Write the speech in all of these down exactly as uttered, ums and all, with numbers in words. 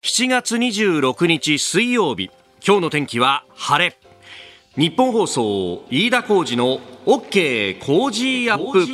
しちがつにじゅうろくにち水曜日、今日の天気は晴れ。日本放送飯田浩司の OK 工事アップ。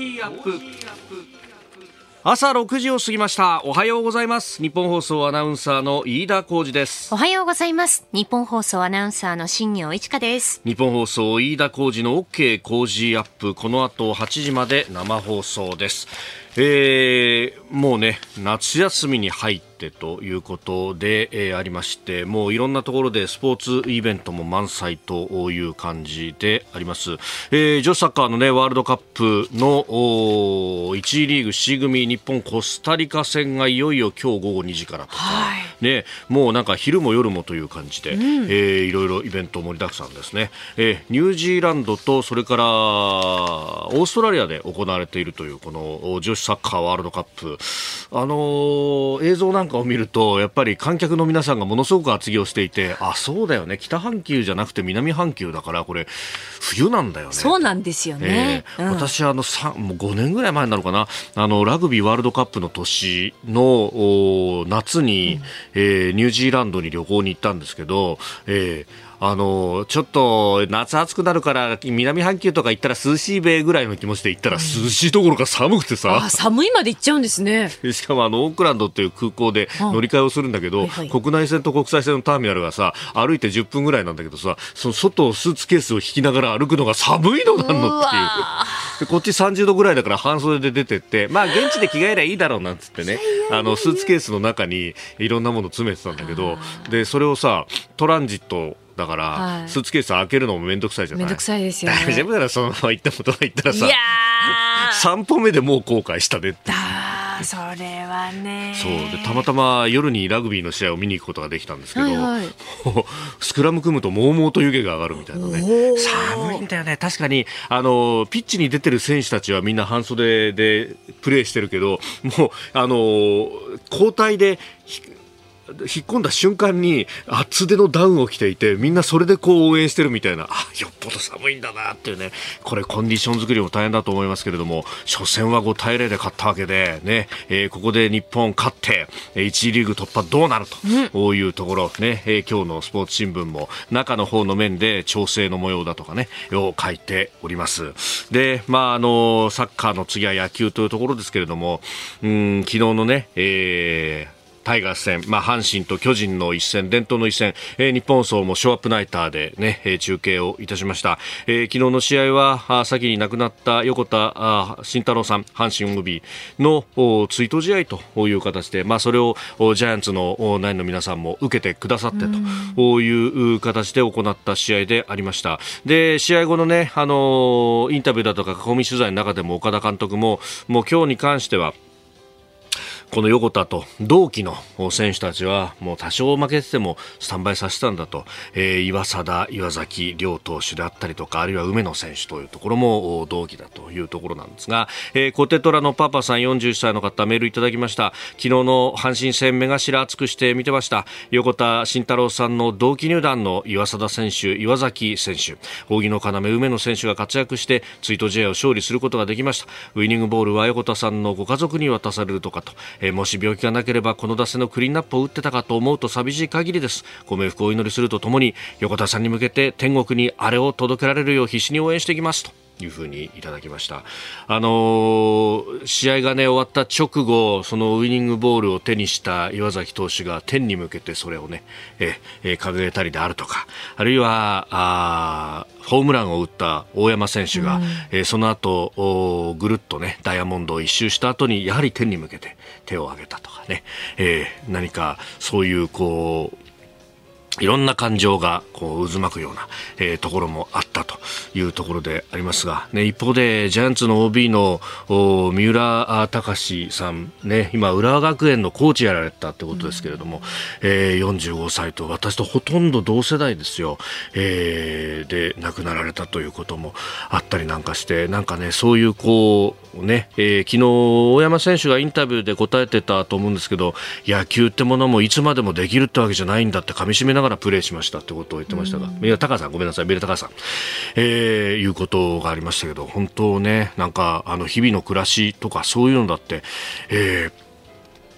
朝ろくじを過ぎました。おはようございます。日本放送アナウンサーの飯田浩司です。 おはようございます。日本放送アナウンサーの新業一華です。 日本放送飯田浩司の OK 工事アップ、この後はちじまで生放送です。えー、もうね、夏休みに入ってということで、えー、ありまして、もういろんなところでスポーツイベントも満載という感じであります。えー、女子サッカーのね、ワールドカップのいち次リーグ C 組日本コスタリカ戦がいよいよ今日午後にじからとか、はい、ね、もうなんか昼も夜もという感じで、うん、えー、いろいろイベント盛りだくさんですね。えー、ニュージーランドとそれからオーストラリアで行われているというこの女子サッカーワールドカップ、あのー、映像なんかを見るとやっぱり観客の皆さんがものすごく厚着をしていて、あ、そうだよね、北半球じゃなくて南半球だからこれ冬なんだよね。 そうなんですよね、 えーうん、私あのもうごねんぐらい前になるかな、あのラグビーワールドカップの年の夏に、うん、えー、ニュージーランドに旅行に行ったんですけど、えーあのちょっと夏暑くなるから南半球とか行ったら涼しいべぐらいの気持ちで行ったら、涼しいところか寒くてさ、 あ、寒いまで行っちゃうんですね。 しかもあのオークランドっていう空港で乗り換えをするんだけど、はいはい、国内線と国際線のターミナルがさ、歩いてじゅっぷんぐらいなんだけどさ、その外をスーツケースを引きながら歩くのが寒いのなんのっていうで、こっちさんじゅうどぐらいだから半袖で出てって、まあ現地で着替えりゃいいだろうなんつってね、あのスーツケースの中にいろんなもの詰めてたんだけど、でそれをさトランジットだから、はい、スーツケース開けるのもめんどくさいじゃない。 めんどくさいですよね。 大丈夫だらそのまま行ってもとか言ったらさ、いやさんぽめでもう後悔したねって。 あ、それはね。 そうで、たまたま夜にラグビーの試合を見に行くことができたんですけど、はいはい、スクラム組むともうもうと湯気が上がるみたいなね。寒いんだよね。確かにあのピッチに出てる選手たちはみんな半袖でプレーしてるけど、もうあの交代で引っ込んだ瞬間に厚手のダウンを着ていて、みんなそれでこう応援してるみたいな、あ、よっぽど寒いんだなっていうね。これコンディション作りも大変だと思いますけれども、初戦はごたいゼロで勝ったわけでね、えー、ここで日本勝っていち次リーグ突破どうなるというところね、えー、今日のスポーツ新聞も中の方の面で調整の模様だとかねを書いております。で、まああのサッカーの次は野球というところですけれども、うーん、昨日のね、えータイガース戦、まあ、阪神と巨人の一戦、伝統の一戦、えー、日本放送もショーアップナイターで、ね、えー、中継をいたしました。えー、昨日の試合はあ先に亡くなった横田あ慎太郎さん、阪神 オービー の追悼試合という形で、まあ、それをジャイアンツのナインの皆さんも受けてくださってという形で行った試合でありました。で、試合後のね、あのー、インタビューだとか囲み取材の中でも岡田監督も、もう今日に関してはこの横田と同期の選手たちはもう多少負けててもスタンバイさせたんだと、えー、岩貞、岩崎両投手であったりとか、あるいは梅野選手というところも同期だというところなんですが、えー、コテトラのパパさんよんじゅっさいの方、メールいただきました。昨日の阪神戦目頭熱くして見てました。横田慎太郎さんの同期入団の岩貞選手、岩崎選手、扇の要梅野選手が活躍して追悼試合を勝利することができました。ウイニングボールは横田さんのご家族に渡されるとかと、えー、もし病気がなければこの打線のクリーンナップを打ってたかと思うと寂しい限りです。ご冥福をお祈りするとともに横田さんに向けて天国にあれを届けられるよう必死に応援していきますというふうにいただきました。あのー、試合が、ね、終わった直後、そのウイニングボールを手にした岩崎投手が天に向けてそれをね、ええ掲げたりであるとか、あるいはあホームランを打った大山選手が、うん、えー、その後ぐるっとねダイヤモンドを一周した後にやはり天に向けて手を挙げたとかね、えー、何かそういうこういろんな感情がこう渦巻くような、えー、ところもあったというところでありますが、ね、一方でジャイアンツの オービー の三浦隆さん、ね、今浦和学園のコーチやられたってことですけれども、うん、えー、よんじゅうごさいと私とほとんど同世代ですよ、えー、で亡くなられたということもあったりなんかして、なんかねそういうこうね、えー、昨日大山選手がインタビューで答えてたと思うんですけど、野球ってものもいつまでもできるってわけじゃないんだって噛み締めながらプレーしましたってことを言ってましたが、三浦高さんごめんなさい三浦高さん、えー、いうことがありましたけど、本当ね、なんかあの日々の暮らしとかそういうのだって、えー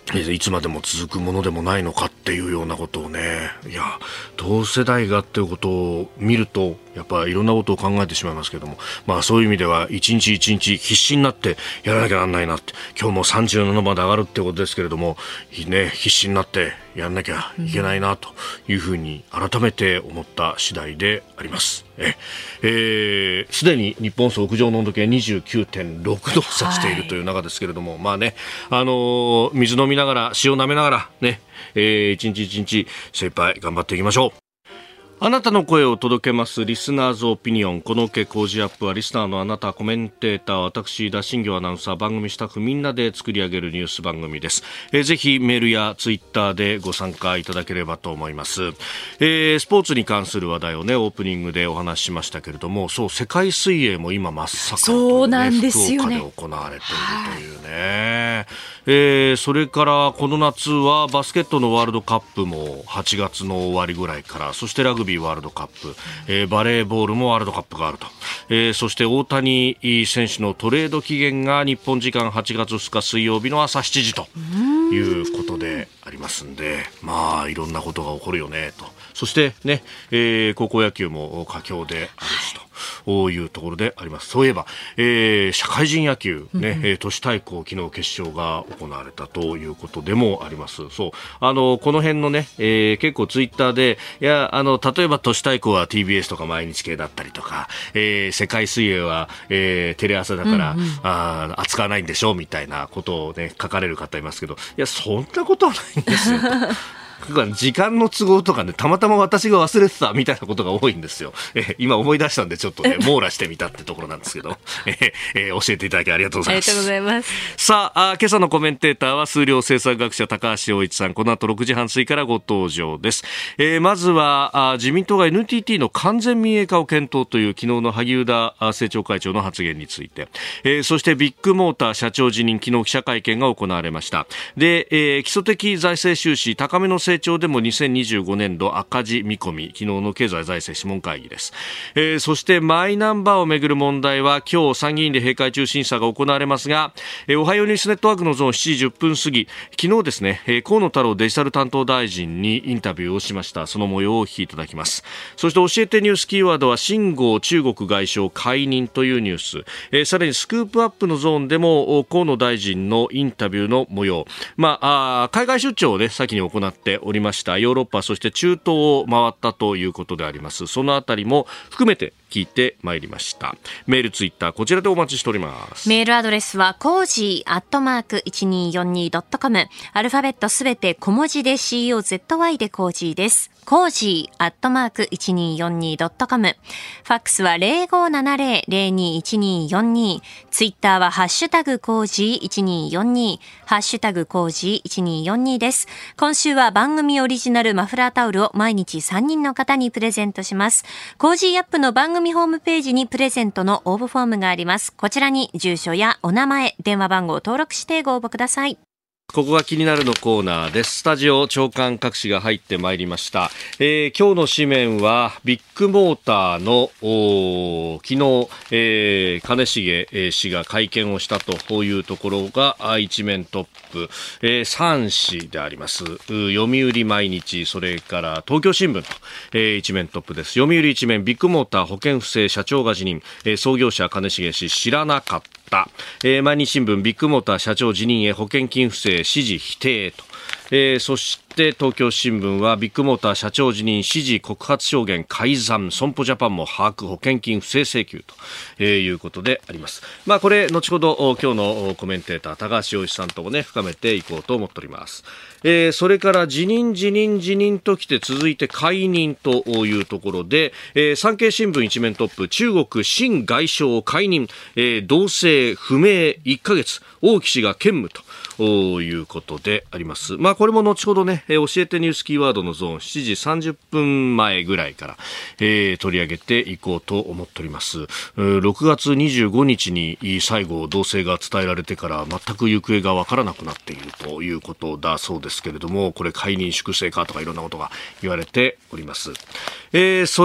いつまでも続くものでもないのかっていうようなことをね、いや同世代がっていうことを見るとやっぱりいろんなことを考えてしまいますけども、まあそういう意味では一日一日必死になってやらなきゃなんないなって、今日もさんじゅうななどまで上がるってことですけれども、ね、必死になってやらなきゃいけないなというふうに改めて思った次第であります。ええー、すでに日本総屋上の温度計 にじゅうきゅうてんろくどを指しているという中ですけれども、はい、まあね、あのー、水飲みながら塩舐めながらね、えー、一日一日精一杯頑張っていきましょう。あなたの声を届けますリスナーズオピニオン。この OK 工事アップはリスナーのあなた、コメンテーター、私田新行アナウンサー、番組スタッフみんなで作り上げるニュース番組です。えー、ぜひメールやツイッターでご参加いただければと思います。えー、スポーツに関する話題をねオープニングでお話ししましたけれども、そう世界水泳も今真っ盛りという、ね、 そうなんですよね、 福岡で行われているというね、えー、それからこの夏はバスケットのワールドカップもはちがつの終わりぐらいから、そしてラグビーワールドカップ、えー、バレーボールもワールドカップがあると、えー、そして大谷選手のトレード期限が日本時間はちがつふつか水曜日の朝しちじということでありますんで、まあいろんなことが起こるよねと。そしてね、えー、高校野球も佳境であるしとこういうところであります。そういえば、えー、社会人野球、ねうんうん、都市対抗昨日決勝が行われたということでもあります。そうあのこの辺のね、えー、結構ツイッターでいやあの例えば都市対抗は ティービーエス とか毎日系だったりとか、えー、世界水泳は、えー、テレ朝だから、うんうん、あ扱わないんでしょみたいなことを、ね、書かれる方いますけど、いやそんなことはないんですよ時間の都合とかね、たまたま私が忘れてたみたいなことが多いんですよ。え今思い出したんでちょっとね網羅してみたってところなんですけど、ええ教えていただきありがとうございます。 ありがとうございます。 さあ、あ今朝のコメンテーターは数量政策学者高橋洋一さん、この後ろくじはん過ぎからご登場です。えー、まずはあ自民党が エヌティーティー の完全民営化を検討という昨日の萩生田政調会長の発言について、えー、そしてビッグモーター社長辞任、昨日記者会見が行われました。で、えー、基礎的財政収支高めの成長でもにせんにじゅうごねんど赤字見込み、昨日の経済財政諮問会議です。えー、そしてマイナンバーをめぐる問題は今日参議院で閉会中審査が行われますが、えー、おはようニュースネットワークのゾーンしちじじゅっぷん過ぎ、昨日ですね、えー、河野太郎デジタル担当大臣にインタビューをしました。その模様をお聞きいただきます。そして教えてニュースキーワードは秦剛中国外相解任というニュース、えー、さらにスクープアップのゾーンでも河野大臣のインタビューの模様、まあ、あ海外出張をね先に行っておりましたヨーロッパ、そして中東を回ったということであります。そのあたりも含めて聞いてまいりました。メールツイッターこちらでお待ちしております。 メールアドレスはコージーアットマーク いちにーよんにードットコム、 アルファベットすべて小文字で シーオーゼットワイ でコージーです。コージーアットマーク いちにーよんにードットコム、 ファックスは ゼロごーななゼロ ゼロにーいちにーよんにー、ツイッターはハッシュタグコージーいちにーよんにー、ハッシュタグコージーいちにーよんにーです。今週は番組オリジナルマフラータオルを毎日さんにんの方にプレゼントします。コージーアップの番組ホームページにプレゼントの応募フォームがあります。こちらに住所やお名前、電話番号を登録してご応募ください。 ここが気になるのコーナーです。スタジオ長官各紙が入ってまいりました。えー、今日の紙面はビッグモーターの昨日、えー、兼重氏が会見をしたというところが一面トップ、えー、さん紙であります読売毎日、それから東京新聞と、えー、一面トップです。読売一面、ビッグモーター保険不正社長が辞任、えー、創業者兼重氏知らなかった、えー、毎日新聞、ビッグモーター社長辞任へ保険金不正指示否定と、えー、そして東京新聞はビッグモーター社長辞任指示告発証言改ざん、損保ジャパンも把握、保険金不正請求と、えー、いうことであります。まあこれ後ほど今日のコメンテーター高橋洋一さんともね深めていこうと思っております。えー、それから辞任辞任辞任ときて続いて解任というところで、えー、産経新聞一面トップ、中国秦外相解任、えー、動静不明いっかげつ、王毅氏が兼務ということであります。まあこれも後ほどね、えー、教えてニュースキーワードのゾーンしちじさんじゅっぷんまえぐらいから、えー、取り上げていこうと思っております。ろくがつにじゅうごにちに最後動静が伝えられてから全く行方がわからなくなっているということだそうですけれども、これ解任粛清かとかいろんなことが言われております。えー、それ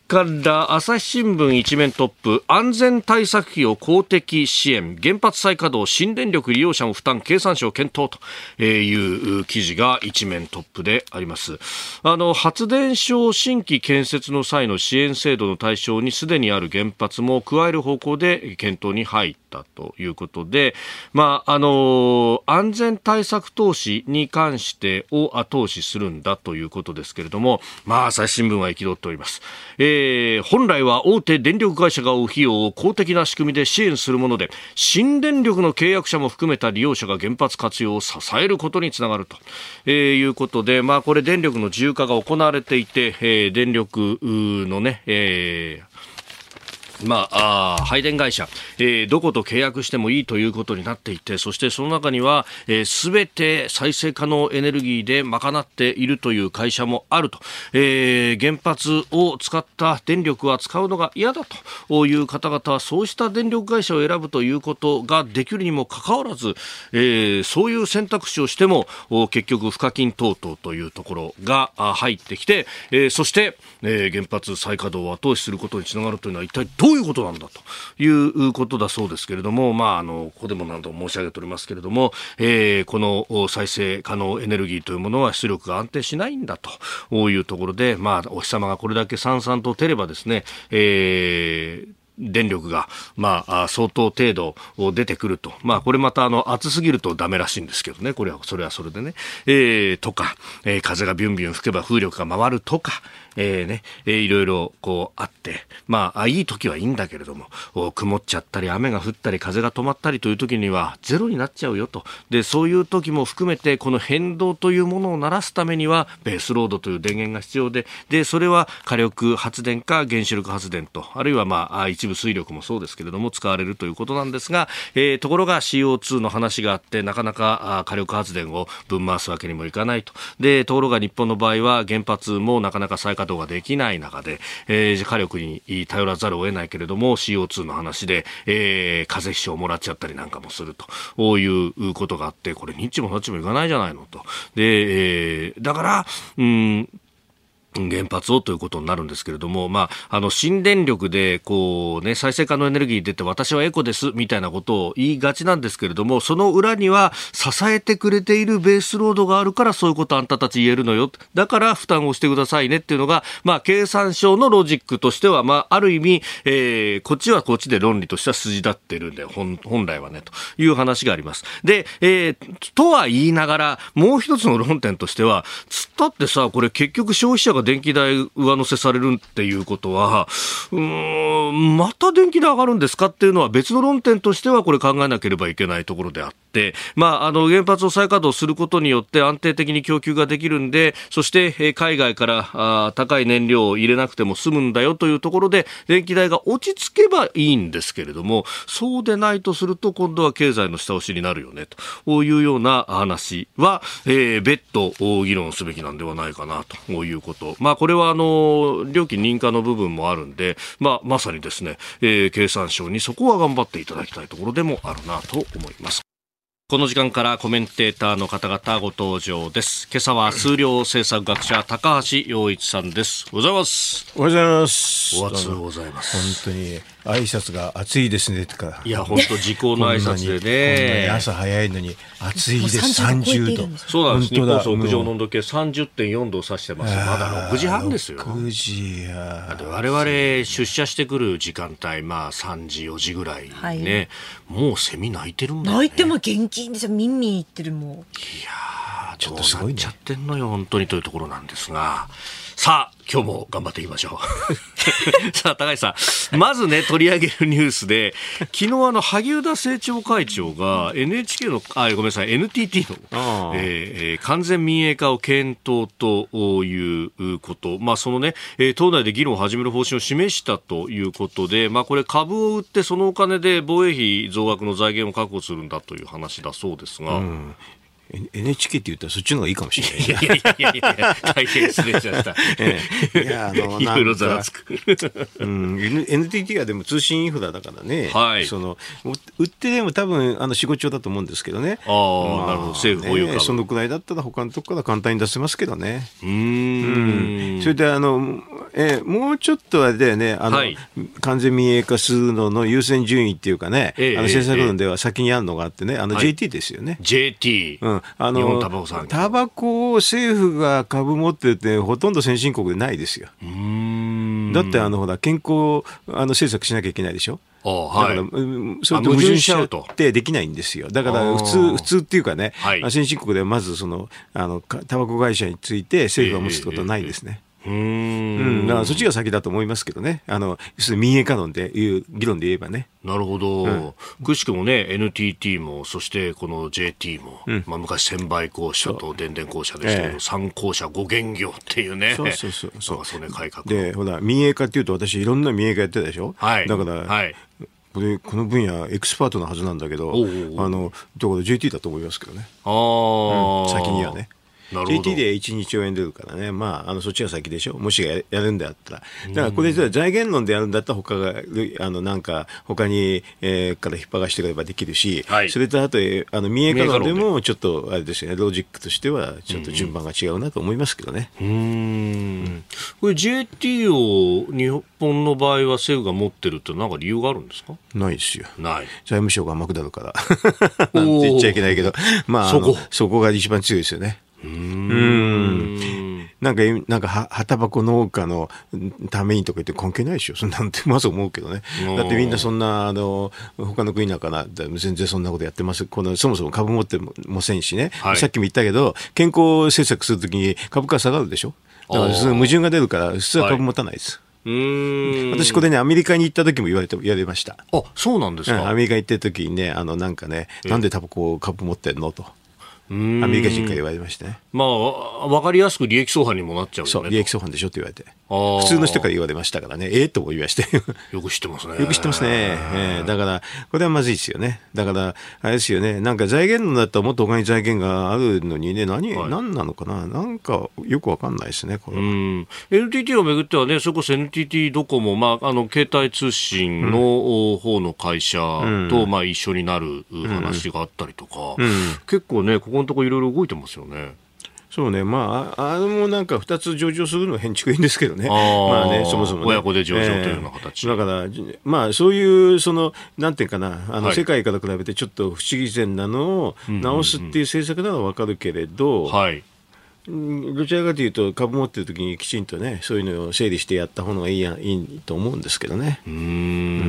から朝日新聞一面トップ、安全対策費を公的支援、原発再稼働、新電力利用者も負担、経産省検討という記事が一面トップであります。あの発電所新規建設の際の支援制度の対象にすでにある原発も加える方向で検討に入ったということで、まああの安全対策投資に関してを後押しするんだということですけれども、まあ朝日新聞は憤っております。えーえー、本来は大手電力会社が負う費用を公的な仕組みで支援するもので、新電力の契約者も含めた利用者が原発活用を支えることにつながると、えー、いうことで、まあ、これ電力の自由化が行われていて、えー、電力のね、えーまあ、あ配電会社、えー、どこと契約してもいいということになっていて、そしてその中にはすべ、えー、て再生可能エネルギーで賄っているという会社もあると、えー、原発を使った電力は使うのが嫌だという方々はそうした電力会社を選ぶということができるにもかかわらず、えー、そういう選択肢をしても結局賦課金等々というところが入ってきて、えー、そして、えー、原発再稼働を後押しすることにつながるというのは一体どうどういうことなんだということだそうですけれども、まあ、あのここでも何度も申し上げておりますけれども、えー、この再生可能エネルギーというものは出力が安定しないんだというところで、まあ、お日様がこれだけさんさんと照ればですね、えー電力が、まあ、相当程度出てくると。まあ、これまた、あの、暑すぎるとダメらしいんですけどね。これは、それはそれでね。えー、とか、えー、風がビュンビュン吹けば風力が回るとか、えー、ね、えー、いろいろ、こう、あって、まあ、いい時はいいんだけれども、曇っちゃったり、雨が降ったり、風が止まったりという時には、ゼロになっちゃうよと。で、そういう時も含めて、この変動というものを鳴らすためには、ベースロードという電源が必要で、で、それは火力発電か原子力発電と、あるいは、まあ、一部水力もそうですけれども使われるということなんですが、えー、ところが シーオーツー の話があってなかなか火力発電を分回すわけにもいかないと。でところが日本の場合は原発もなかなか再稼働ができない中で、えー、火力に頼らざるを得ないけれども シーオーツー の話で、えー、風邪気象をもらっちゃったりなんかもするということがあって、これニッチもサッチもいかないじゃないのと。で、えー、だからうん原発をということになるんですけれども、まあ、あの新電力でこう、ね、再生可能エネルギー出て私はエコですみたいなことを言いがちなんですけれども、その裏には支えてくれているベースロードがあるからそういうことあんたたち言えるのよ、だから負担をしてくださいねっていうのが、まあ、経産省のロジックとしては、まあ、ある意味、えー、こっちはこっちで論理としては筋立ってるんで 本, 本来はねという話があります。で、えー、とは言いながらもう一つの論点としては、つったってさ、これ結局消費者が電気代上乗せされるっていうことは、うーんまた電気代上がるんですかっていうのは別の論点としてはこれ考えなければいけないところであって、まあ、あの原発を再稼働することによって安定的に供給ができるんで、そして海外からあ高い燃料を入れなくても済むんだよというところで電気代が落ち着けばいいんですけれども、そうでないとすると今度は経済の下押しになるよねというような話は、えー、別途議論すべきなんではないかなということ。まあ、これはあの料金認可の部分もあるんで、まあ、まさにですね、えー、経産省にそこは頑張っていただきたいところでもあるなと思います。この時間からコメンテーターの方々ご登場です。今朝は数量政策学者高橋洋一さんです。おはようございます。 おはようございます。 おはようございます。 本当に挨拶が暑いですねとか、 いや本当時効の挨拶でね、 こんなに朝早いのに暑いですさんじゅうど。 そうなんです。日本総屋上の温度計 さんじゅってんよんどを指してます。まだろくじはんですよ。 ろくじや。 我々出社してくる時間帯、まあさんじよじぐらいね、はい、もうセミ鳴いてるんだよね。 鳴いても元気ですよ。ミンミン言ってるもん。いやーちょっとすごいね。どうなっちゃってんのよ本当にというところなんですが、さあ今日も頑張っていきましょうさあ高橋さん、まずね取り上げるニュースで、昨日あの萩生田政調会長が エヌエイチケー のあごめんなさい エヌティーティー の、えー、完全民営化を検討ということ、まあそのね党内で議論を始める方針を示したということで、まあこれ株を売ってそのお金で防衛費増額の財源を確保するんだという話だそうですが、うん、 エヌエイチケー って言ったらそっちの方がいいかもしれない。 いやいやいやいやいや大変失礼しました。ええ、いやあのいろいろざらつく。 うん、エヌティーティー はでも通信インフラだからね。 はい。 その売ってでも多分あのよん、ごちょうだと思うんですけどね。 ああ、まあ、なるほど。政府保有株、 ね、そのくらいだったら他のところから簡単に出せますけどね。 うーん。 うん。それであのえー、もうちょっとあれだよね、あの、はい、完全民営化するのの優先順位っていうかね、えー、あの政策論では先にあるのがあってね、あの ジェーティー ですよね。はい、 ジェーティー、うん、あの日本タバコ産業、 タバコを政府が株持っててほとんど先進国でないですよ。 うーん、 だってあのほら健康あの政策しなきゃいけないでしょ。 はい、 だから、それと矛盾しちゃってできないんですよ。だから普通、普通っていうかね、はい、先進国ではまずその、あの、タバコ会社について政府が持つことはないですね。えーえーえー、うーん、だからそっちが先だと思いますけどね。あの、要するに民営化論でいう議論で言えばね。 なるほど。うん、くしくもね、エヌティーティー も、そしてこの ジェーティー も、うん、まあ、昔専売公社と電電公社でしたけど、えー、さん公社ご現業っていうね。 そうそうそうそう。 そね、改革。 で、ほら、民営化っていうと私いろんな民営化やってたでしょ。はい。だから、はい。これこの分野エキスパートなはずなんだけど、おうおうおう、あのだから ジェーティー だと思いますけどね。 ああ、 うん、先にはね。ジェーティー でいちにちょうえん出るからね、まあ、あのそっちが先でしょ、もしやるんであったら。だからこれで財源論でやるんだったら他があのなんか他に、えー、から引っ張らしてくればできるし、はい、それとあとあの民営化論でもちょっとあれですよね、ロジックとしてはちょっと順番が違うなと思いますけどね。 うーん、これ ジェーティー を日本の場合は政府が持ってるって何か理由があるんですか？ ないですよ。 ない。 財務省が甘くなるからなんて言っちゃいけないけど、まあ、そこそこが一番強いですよね。うーん、なんか、なんか、は、葉タバコ農家のためにとか言って関係ないでしょ。そんなんてまず思うけどね。だってみんなそんな、あの、他の国なんかな、全然そんなことやってます。この、そもそも株持ってもせんしね。はい、さっきも言ったけど、健康政策するときに株価下がるでしょ。だから、その矛盾が出るから、普通は株持たないです。はい、うーん、私これねアメリカに行った時も言われて言われました。 あ、そうなんですか。うん、 アメリカ行ってる時にね、あのなんかね、なんでタバコ株持ってんのと。アメリカ人から言われましたね。 まあ、分かりやすく利益相反にもなっちゃうよね。 そう、利益相反でしょって言われて。普通の人から言われましたからね。えー、とも言いまして。 よく知ってますね。 よく知ってますね。えー、だから、これはまずいですよね。だから、あれですよね。なんか財源のだったらもっと他に財源があるのにね、何、はい、何なのかな。なんかよくわかんないですね、これは。うん。 エヌティーティー をめぐってはね、それこそ エヌティーティー ドコモ、まあ、あの、携帯通信の方の会社と、うん、まあ、一緒になる話があったりとか、うんうん、結構ね、ここのところいろいろ動いてますよね。 そうね、まあ、あれもなんかふたつ上場するのは変築いいんですけどね。あまあね、そもそも、ね、 親子で上場というような形。 えー、だから、まあそういう、その、なんていうかな、あの、はい、世界から比べてちょっと不思議然なのを直すっていう政策なのはわかるけれど、うんうんうん、はい。どちらかというと株持ってるときにきちんとねそういうのを整理してやった方がいいやいいと思うんですけどね。うーん、 うん、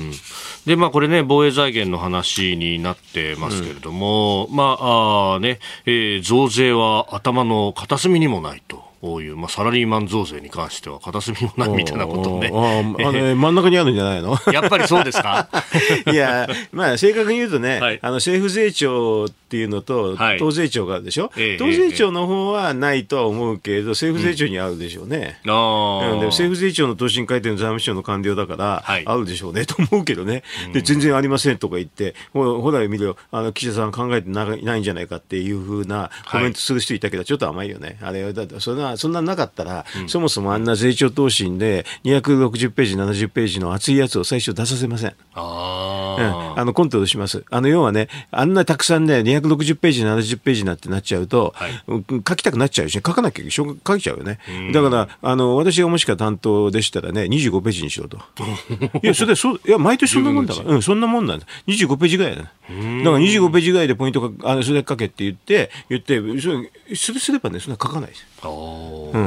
でまあこれね防衛財源の話になってますけれども、うん、まあ、あね、えー、増税は頭の片隅にもないと。こういう、まあ、サラリーマン増税に関しては片隅もないみたいなことをね。 ああね真ん中にあるんじゃないの？ やっぱりそうですか？ いや、まあ正確に言うとね、はい、あの政府税調っていうのと、はい、党税調があるでしょ、ええ、党税調の方はないとは思うけれど、政府税調にあるでしょうね。うん、あで政府税調の答申書いてる財務省の官僚だから、はい、あるでしょうねと思うけどね。で全然ありませんとか言って、ほ, ほら見ろ、あの岸田さん考えてな い, ないんじゃないかっていうふうなコメントする人いたけど、はい、ちょっと甘いよね。あれだってそんなそんななかったら、うん、そもそもあんな税調答申でにひゃくろくじゅうページななじゅうページの厚いやつを最初出させません。あ、うん、あのコントロールします。あの要はね、あんなたくさんねにひゃくろくじゅうページななじゅうページになってなっちゃうと、はい、書きたくなっちゃうし、書かなきゃ書いちゃうよね。だからあの私がもしか担当でしたらねにじゅうごページにしろと。いやそれそういや毎年そんなもんだから、うん、そんなもんなんだ。にじゅうごページぐらいだ。だからにじゅうごページぐらいでポイントがあのそれだけ書けって言って言ってそれすれすればねそんな書かないです。あ、うん。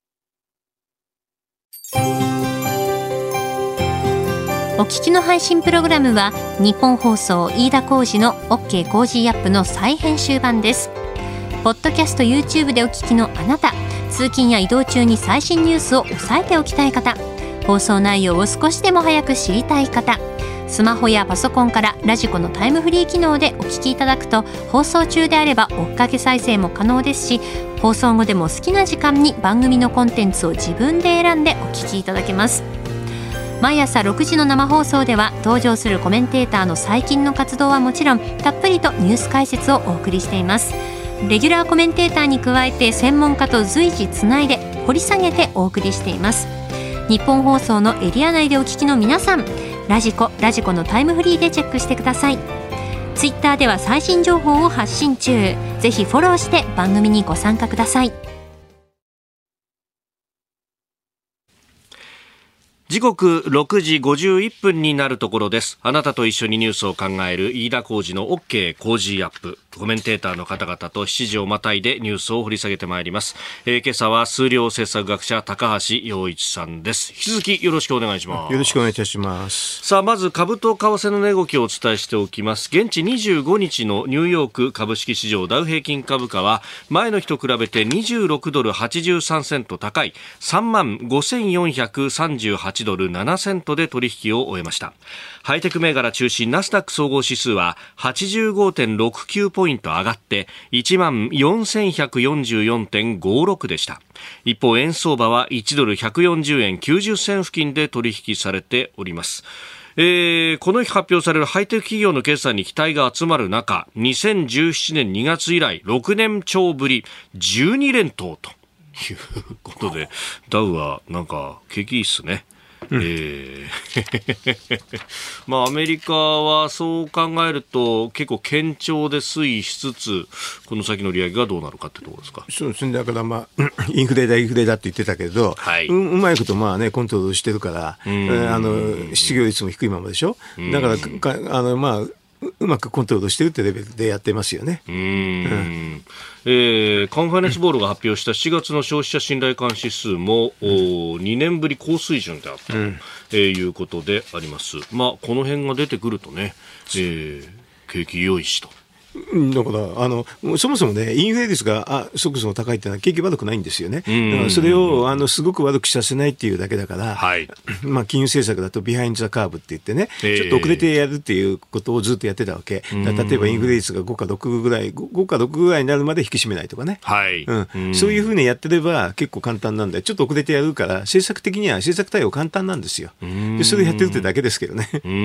お聞きの配信プログラムは日本放送飯田浩司の OK コージーアップの再編集版です。ポッドキャスト YouTube でお聞きのあなた、通勤や移動中に最新ニュースを押さえておきたい方、放送内容を少しでも早く知りたい方、スマホやパソコンからラジコのタイムフリー機能でお聞きいただくと、放送中であれば追っかけ再生も可能ですし、放送後でも好きな時間に番組のコンテンツを自分で選んでお聞きいただけます。毎朝ろくじの生放送では登場するコメンテーターの最近の活動はもちろん、たっぷりとニュース解説をお送りしています。レギュラーコメンテーターに加えて専門家と随時つないで掘り下げてお送りしています。日本放送のエリア内でお聞きの皆さん、ラジコ、ラジコのタイムフリーでチェックしてください。ツイッターでは最新情報を発信中。ぜひフォローして番組にご参加ください。 時刻ろくじごじゅういっぷんになるところです。あなたと一緒にニュースを考える飯田浩司の OK 工事アップ。コメンテーターの方々としちじをまたいでニュースを掘り下げてまいります。えー、今朝は数量政策学者高橋洋一さんです。引き続きよろしくお願いします。 よろしくお願いいたします。 さあ、まず株と為替の値動きをお伝えしておきます。現地にじゅうごにちのニューヨーク株式市場ダウ平均株価は前の日と比べてにじゅうろくドルはちじゅうさんセント高い さんまんごせんよんひゃくさんじゅうはちドルななセントで取引を終えました。ハイテク銘柄中心ナスダック総合指数は はちじゅうごてんろくきゅう ポイント上がっていちまんよんせんひゃくよんじゅうよんてんごろくでした。一方、円相場はいちドルひゃくよんじゅうえんきゅうじゅっせん付近で取引されております。えー、この日発表されるハイテク企業の決算に期待が集まる中、にせんじゅうななねんにがつ以来ろくねん超ぶりじゅうにれんとうということで、ダウはなんか景気いいっすね。うん、えーまあ、アメリカはそう考えると結構堅調で推移しつつ、この先の利上げがどうなるかってところですか。 そうですね。だから、まあ、インフレだインフレだって言ってたけど、はい、う, うまいことまあ、ね、コントロールしてるから、あの失業率も低いままでしょ。だからかあの、まあ、うまくコントロールしてるってレベルでやってますよね。うーん、 うんえー、カンファレンスボールが発表したしがつの消費者信頼感指数も、うん、にねんぶり高水準であったと、うんえー、いうことであります。まあ、この辺が出てくるとね、えー、景気良いしと。 だからあのそもそもね、インフレ率があそこそこ高いっていうのは景気悪くないんですよね。だからそれをあのすごく悪くさせないっていうだけだから、はいまあ、金融政策だとビハインドザカーブって言ってね、ちょっと遅れてやるっていうことをずっとやってたわけ。だ例えばインフレ率がごかろくぐらい、ごかろくぐらいになるまで引き締めないとかね、はいうん、そういうふうにやってれば結構簡単なんで、ちょっと遅れてやるから政策的には政策対応簡単なんですよ。でそれをやってるってだけですけどね。うん、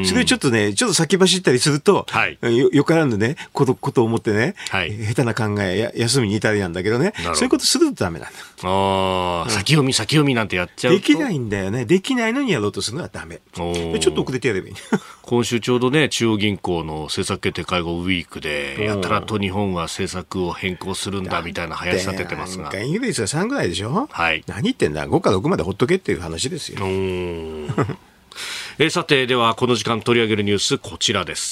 それをちょっとね、ちょっと先走ったりすると、はい、よ, よからぬねことことを思ってね、はい、下手な考えや休みに至りなんだけどね、そういうことするとダメなんだ。 あ、うん、先読み先読みなんてやっちゃうとできないんだよね。できないのにやろうとするのはダメ。ちょっと遅れてやればいい。 今週ちょうどね、中央銀行の政策決定会合ウィークでやたらと日本は政策を変更するんだみたいな速さ出てますが、 インフレ率がさんぐらいでしょ、はい、何言ってんだ、ごかろくまでほっとけっていう話ですよ。うーんえさて、ではこの時間取り上げるニュース、こちらです。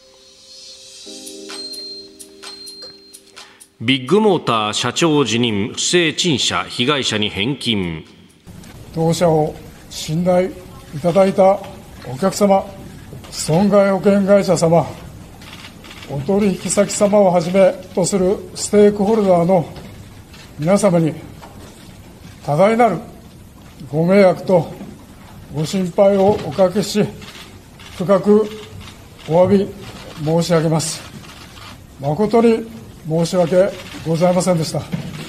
ビッグモーター社長辞任、不正陳謝、被害者に返金。 当社を信頼いただいたお客様、損害保険会社様、お取引先様をはじめとするステークホルダーの皆様に多大なるご迷惑とご心配をおかけし、深くお詫び申し上げます。誠に申し訳ございませんでした。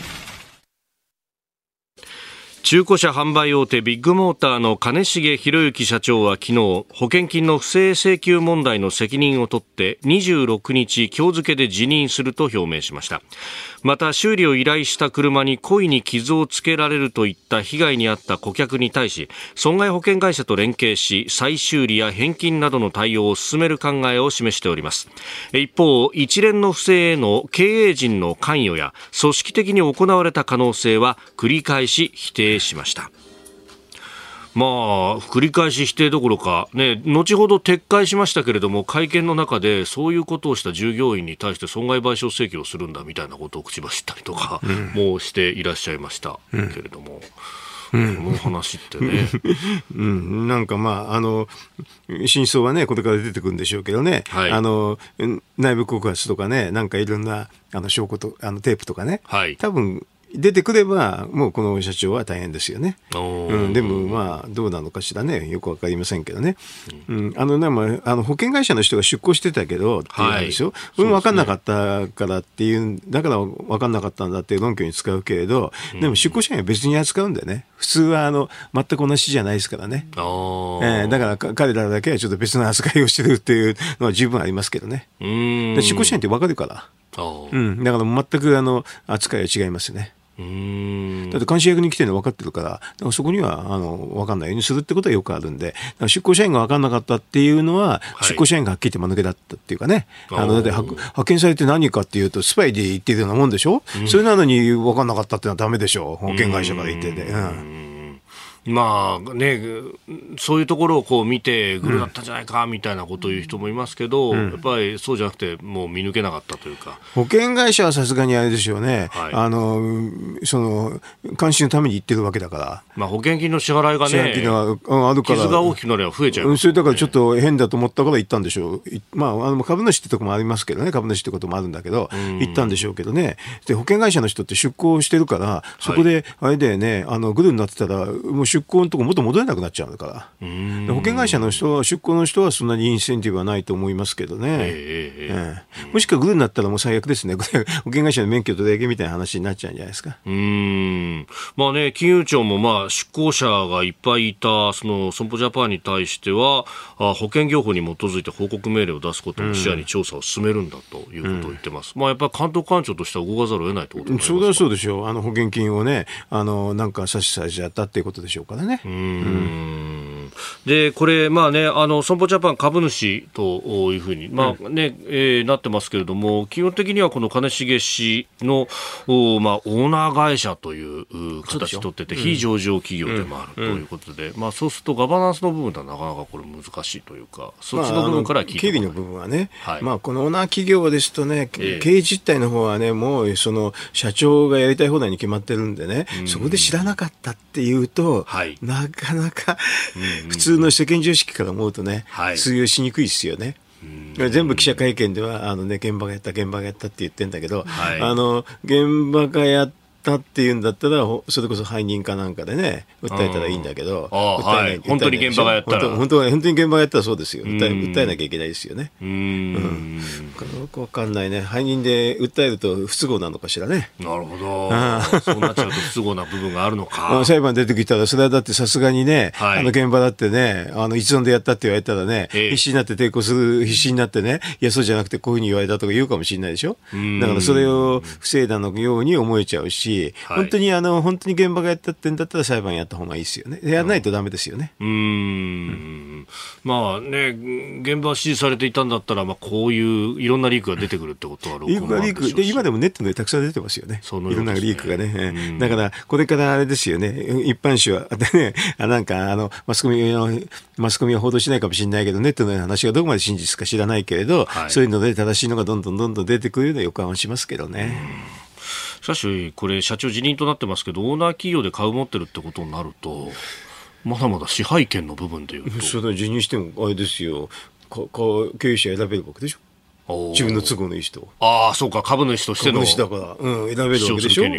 中古車販売大手ビッグモーターの兼重宏行社長は昨日、保険金の不正請求問題の責任を取ってにじゅうろくにち今日付で辞任すると表明しました。また、修理を依頼した車に故意に傷をつけられるといった被害に遭った顧客に対し、損害保険会社と連携し再修理や返金などの対応を進める考えを示しております。一方、一連の不正への経営陣の関与や組織的に行われた可能性は繰り返し否定しました。まあ、繰り返し否定どころか、ね、後ほど撤回しましたけれども、会見の中でそういうことをした従業員に対して損害賠償請求をするんだみたいなことを口走ったりとか、うん、もうしていらっしゃいましたけれども、うん、この話ってね、 うん、なんかまあ、あの真相はねこれから出てくるんでしょうけどね、はい、あの内部告発とかね、なんかいろんなあの証拠とあのテープとかね、はい、多分出てくればもうこの社長は大変ですよね。うん、でもまあどうなのかしらね、よくわかりませんけどね。うん、あのね、まあ、あの保険会社の人が出向してたけどっていうんですよ。はい、うん、分かんなかったからっていう、だから分かんなかったんだっていう論拠に使うけれど、でも出向社員は別に扱うんでね。普通はあの全く同じじゃないですからね。あ、えー、だから彼らだけはちょっと別の扱いをしてるっていうのは十分ありますけどね。うん、出向社員って分かるから。うん、だから全くあの扱いは違いますね。うーん、だって監視役に来てるの分かってるから、だからそこにはあの分かんないようにするってことはよくあるんで、出向社員が分かんなかったっていうのは、はい、出向社員がはっきり言って間抜けだったっていうかね、あのだって派遣されて何かっていうとスパイで言ってるようなもんでしょ、うん、それなのに分かんなかったっていうのはダメでしょ、保険会社から言ってて。うん、 まあね、そういうところをこう見てグルだったんじゃないかみたいなことを言う人もいますけど、うん、やっぱりそうじゃなくてもう見抜けなかったというか、 保険会社はさすがにあれですよね、はい、あのその監視のために言ってるわけだから、 まあ、保険金の支払いがね、 があるから傷が大きくなれば増えちゃう、ね、 それだからちょっと変だと思ったから言ったんでしょう。まあ、あの株主ってとこもありますけどね、株主ってこともあるんだけど、言ったんでしょうけどね。で保険会社の人って出向してるからそこであれだよね、あのグルになってたらもう出向のとこ元戻れなくなっちゃうから、保険会社の人は出向の人はそんなにインセンティブはないと思いますけどね、えーえー、もしくはグルになったらもう最悪ですね。保険会社の免許取り上げみたいな話になっちゃうんじゃないですか。 うーん、まあね、金融庁もまあ出向者がいっぱいいたその損保ジャパンに対してはあ保険業法に基づいて報告命令を出すことを視野に調査を進めるんだということを言ってます、うん、まあ、やっぱり監督官庁としては動かざるを得ないということになりますか。 そうだそうでしょう。あの保険金をね、あのなんか差し差しやったっていうことでしょうからね。 うーん、うんでこれ、まあね、あの損保ジャパン株主というふうに、まあね、うんえー、なってますけれども、基本的にはこの兼重氏の、まあ、オーナー会社という形を取ってて、非上場企業でもあるということで、うんうんまあ、そうするとガバナンスの部分ではなかなかこれ難しいというか、そっちの部分から聞いて、まあ、 経理の部分はね、はいまあ、このオーナー企業ですとね、えー、経営実態の方はね、もうその社長がやりたい放題に決まってるんでね、うん、そこで知らなかったっていうと、はい、なかなか普通の世間常識から思うとね、はい、通用しにくいですよね。全部記者会見ではあの、ね、現場がやった現場がやったって言ってるんだけど、はい、あの現場がやったっていうんだったらそれこそ背任かなんかでね訴えたらいいんだけど、 あ訴えない、はい、本当に現場がやったら本当、本当に現場がやったらそうですよ。訴え、訴えなきゃいけないですよね。うーん、うん、よくわかんないね。背任で訴えると不都合なのかしらね。 なるほど。そうなっちゃうと不都合な部分があるのか。 裁判出てきたらそれはだってさすがにね、はい、あの現場だってね、あの一存でやったって言われたらね、えー、必死になって抵抗する必死になってね、いやそうじゃなくてこういうふうに言われたとか言うかもしれないでしょ。だからそれを不正だのように思えちゃうし、はい、本当にあの本当に現場がやったってんだったら裁判やった方がいいですよね。やらないとダメですよね。 うーん、うん、まあね、現場は指示されていたんだったら、まあ、こういういろんなリークが出てくるってことはリークがリークで今でもネットでたくさん出てますよね。いろんなリークがね。だからこれからあれですよね。一般紙はね、なんかあのマスコミのマスコミは報道しないかもしれないけど、ネットの話がどこまで真実か知らないけれど、はい、そういうので正しいのがどんどんどんどん出てくるような予感はしますけどね。 しかしこれ社長辞任となってますけど、オーナー企業で株持ってるってことになるとまだまだ支配権の部分でいうとそれ辞任してもあれですよ、かか経営者選べるわけでしょ。自分の都合のいい人。 ああそうか、株主としての株主だから、うん、選べるわけでしょ。うん、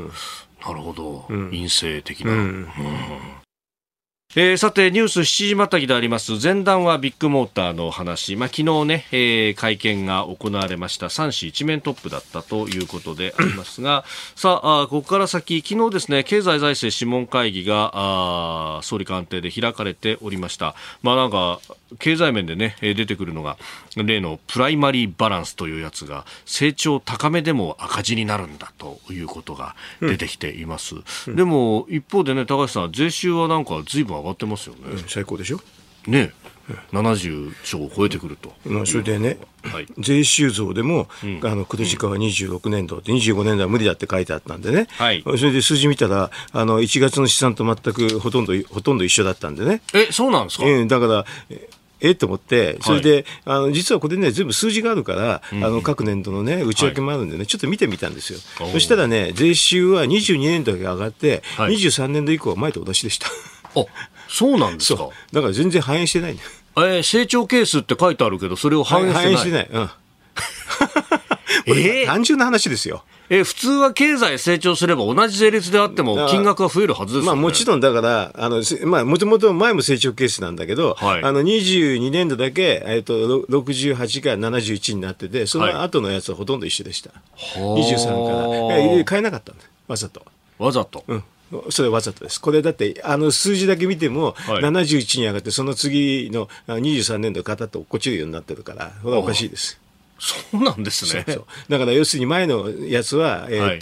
なるほど、うん、陰性的な、うんうんえー、さてニュースしちじまたぎであります。前段はビッグモーターの話、まあ、昨日ね、えー、会見が行われました。さん紙一面トップだったということでありますがさあ、あここから先、昨日ですね、経済財政諮問会議があ総理官邸で開かれておりました。まあなんか経済面でね出てくるのが例のプライマリーバランスというやつが成長高めでも赤字になるんだということが出てきています、うんうん、でも一方でね、高橋さん、税収はなんか随分上がってますよね、うん、 最高でしょね、ななじゅっちょうを超えてくると、 まあ、それでね、はい、税収増でも、うん、あの黒字化はにじゅうろくねんどってにじゅうごねんどは無理だって書いてあったんでね、はい、それで数字見たらあのいちがつの試算と全くほとんどほとんど一緒だったんでね。 え、そうなんですか。 えー、だからえと思って、それで、はい、あの実はこれね全部数字があるから、うん、あの各年度のね内訳もあるんでね、はい、ちょっと見てみたんですよ。そしたらね、税収はにじゅうにねんどだけ上がって、はい、にじゅうさんねんど以降は前と同じでした。 あ、そうなんですか。 だから全然反映してないんだよ。 えー、成長係数って書いてあるけどそれを反映してない。 反映してない、うんえー、単純な話ですよ。 えー、普通は経済成長すれば同じ税率であっても金額が増えるはずですよね。 まあ、もちろんだからあの、まあ、もともと前も成長係数なんだけど、はい、あのにじゅうにねんどだけ、えー、とろくじゅうはちからななじゅういちになってて、その後のやつはほとんど一緒でした、はい、にじゅうさんから、えー、変えなかったんだ、わざとわざと、 うん、それわざとです。これだってあの数字だけ見ても、はい、ななじゅういちに上がってその次のにじゅうさんねんどガタッと落っこちるようになってるから、これはおかしいです。 そうなんですね。 そうそう、だから要するに前のやつは、えーとはい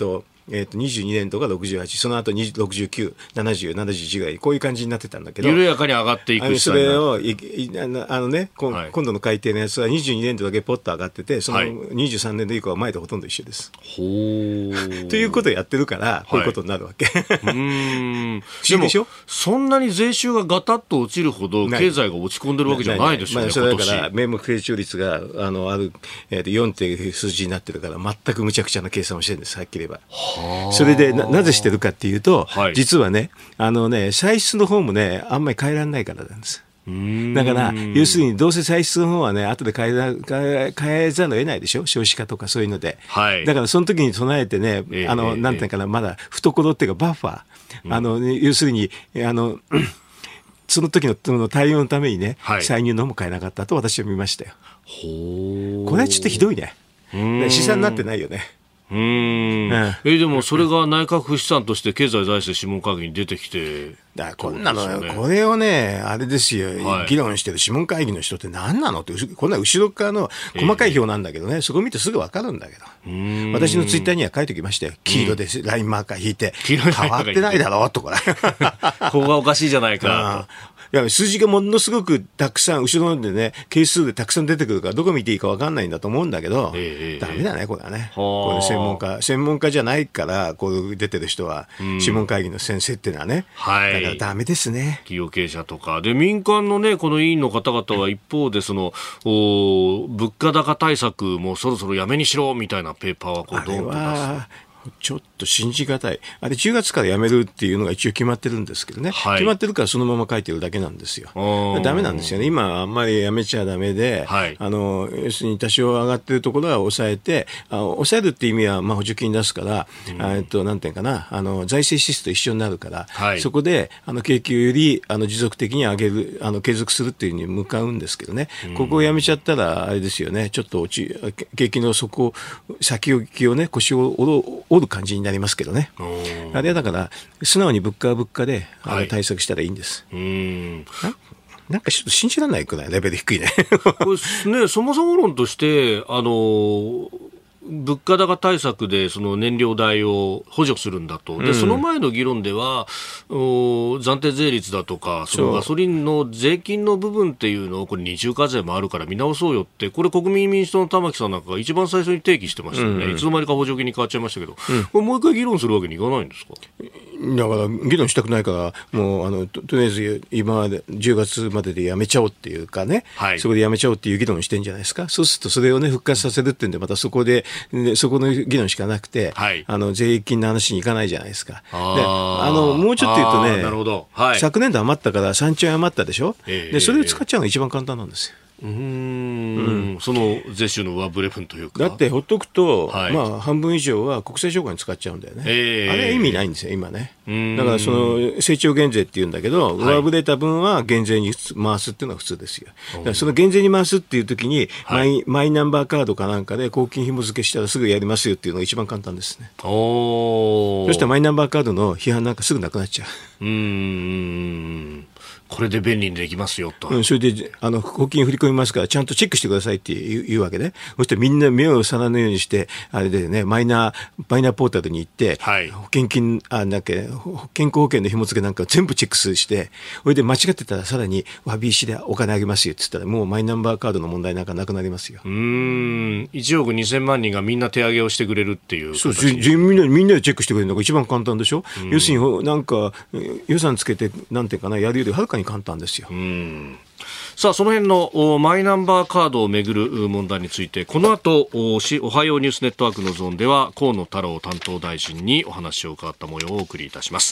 えー、とにじゅうにねんどがろくじゅうはち、その後ろくじゅうきゅう、ななじゅう、ななじゅういちぐらいこういう感じになってたんだけど、 緩やかに上がっていくあのそれをいいあのあの、ね、こ、はい、今度の改定のやつはにじゅうにねんどだけポッと上がってて、そのにじゅうさんねんど以降は前とほとんど一緒です。 ほーということをやってるからこういうことになるわけ、はい、うーんでもそんなに税収がガタッと落ちるほど経済が落ち込んでるわけじゃないですよね。 まあ、それだから名目成長率があのある、えー、とよんっていう数字になってるから全く無茶苦茶な計算をしてるんです、はっきり言えば。それで な, なぜしてるかっていうと、はい、実はね、あのね、歳出の方もね、あんまり変えられないからなんです。だから要するにどうせ歳出の方はね後で変え、変え、変えざるを得ないでしょ、少子化とかそういうので、はい、だからその時に備えてね、えー、あのなんていうかな、まだ懐っていうかバッファー、うん、あの要するにあのその時 の, の対応のためにね、はい、歳入の方も変えなかったと私は見ましたよ。ほこれはちょっとひどいね。試算になってないよね。 うーん、うん、えでもそれが内閣府試算として経済財政諮問会議に出てきて、 だからこんなの、ね、これをねあれですよ、はい、議論してる諮問会議の人って何なのって、こんな後ろ側の細かい表なんだけどね、えー、そこ見てすぐ分かるんだけど、うーん、私のツイッターには書いておきましたよ、黄色でラインマーカー引いて、うん、変わってないだろうとこれここがおかしいじゃないかと。 いや数字がものすごくたくさん後ろでね係数でたくさん出てくるからどこ見ていいか分かんないんだと思うんだけど、えー、ダメだねこれはね。これ専門家専門家じゃないからこう出てる人は、うん、諮問会議の先生っていうのはね、はい、だからダメですね。 企業経営者とかで民間のねこの委員の方々は一方でその、うん、お物価高対策もそろそろやめにしろみたいなペーパーはこうどうとかちょっと信じがたい。あれじゅうがつからやめるっていうのが一応決まってるんですけどね、はい、決まってるからそのまま書いてるだけなんですよ。ダメなんですよね。今あんまりやめちゃダメで、はい、あの要するに多少上がってるところは抑えて、あ抑えるっていう意味はまあ補助金出すから、うん、えっとなんていうかな、あの財政支出と一緒になるから、はい、そこであの景気をよりあの持続的に上げる、あの継続するっていうに向かうんですけどね、うん、ここをやめちゃったらあれですよね、ちょっと落ち景気の底先行きをね腰を折る感じになりますけどね。あれはだから素直に物価は物価で、はい、対策したらいいんです。うーん な, なんかちょっと信じられないくらいレベル低いねこれねそもそも論としてあの物価高対策でその燃料代を補助するんだと。で、うん、その前の議論では暫定税率だとかそのガソリンの税金の部分っていうのをこれ二重課税もあるから見直そうよってこれ国民民主党の玉木さんなんかが一番最初に提起してましたよね、うん、いつの間にか補助金に変わっちゃいましたけど、うん、これもう一回議論するわけにいかないんですか。 だから議論したくないからもうあの と, とりあえず今までじゅうがつまででやめちゃおうっていうかね、はい、そこでやめちゃおうっていう議論をしてるんじゃないですか。そうするとそれをね復活させるってんでまたそこででそこの議論しかなくて、はい、あの税金の話にいかないじゃないですか。であのもうちょっと言うとね、なるほど、はい、昨年度余ったからさんちょうえん余ったでしょ、えー、でそれを使っちゃうのが一番簡単なんですよ。 うーん、うん、その税収の上振れ分というかだってほっとくと、はい、まあ、半分以上は国債償還に使っちゃうんだよね、えー、あれは意味ないんですよ今ね。だからその成長減税っていうんだけど、はい、上振れた分は減税に回すっていうのが普通ですよ。だからその減税に回すっていう時に、はい、マイ、マイナンバーカードかなんかで公金紐付けしたらすぐやりますよっていうのが一番簡単ですね。おそしたらマイナンバーカードの批判なんかすぐなくなっちゃう。うーんこれで便利にできますよと、 うん、それであの公金振り込みますからちゃんとチェックしてくださいって言う、言うわけね。そしてみんな目を皿のようにしてあれでねマイナーマイナーポータルに行って、はい、保険金あなんだっけ健康保険の紐付けなんかを全部チェックしてそれで間違ってたらさらに詫び石でお金あげますよって言ったらもうマイナンバーカードの問題なんかなくなりますよ。 うーんいちおくにせんまんにんがみんな手上げをしてくれるっていうそうみんなみんなでチェックしてくれるのが一番簡単でしょ。要するになんか予算つけてなんていうかなやるよりはるかに簡単ですよ。うんさあその辺のマイナンバーカードをめぐる問題についてこの後 お, おはようニュースネットワークのゾーンでは河野太郎担当大臣にお話を伺った模様をお送りいたします。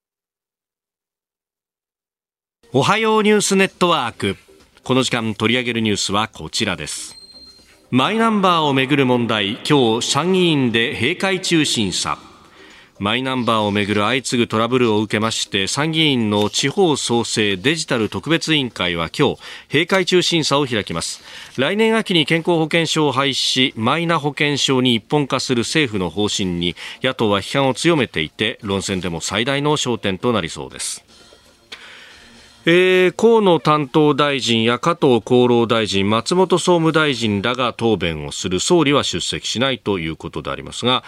おはようニュースネットワークこの時間取り上げるニュースはこちらです。マイナンバーをめぐる問題今日参議院で閉会中審査。マイナンバーをめぐる相次ぐトラブルを受けまして参議院の地方創生デジタル特別委員会は今日閉会中審査を開きます。来年秋に健康保険証を廃止しマイナ保険証に一本化する政府の方針に野党は批判を強めていて論戦でも最大の焦点となりそうです。えー、河野担当大臣や加藤厚労大臣松本総務大臣らが答弁をする。総理は出席しないということでありますが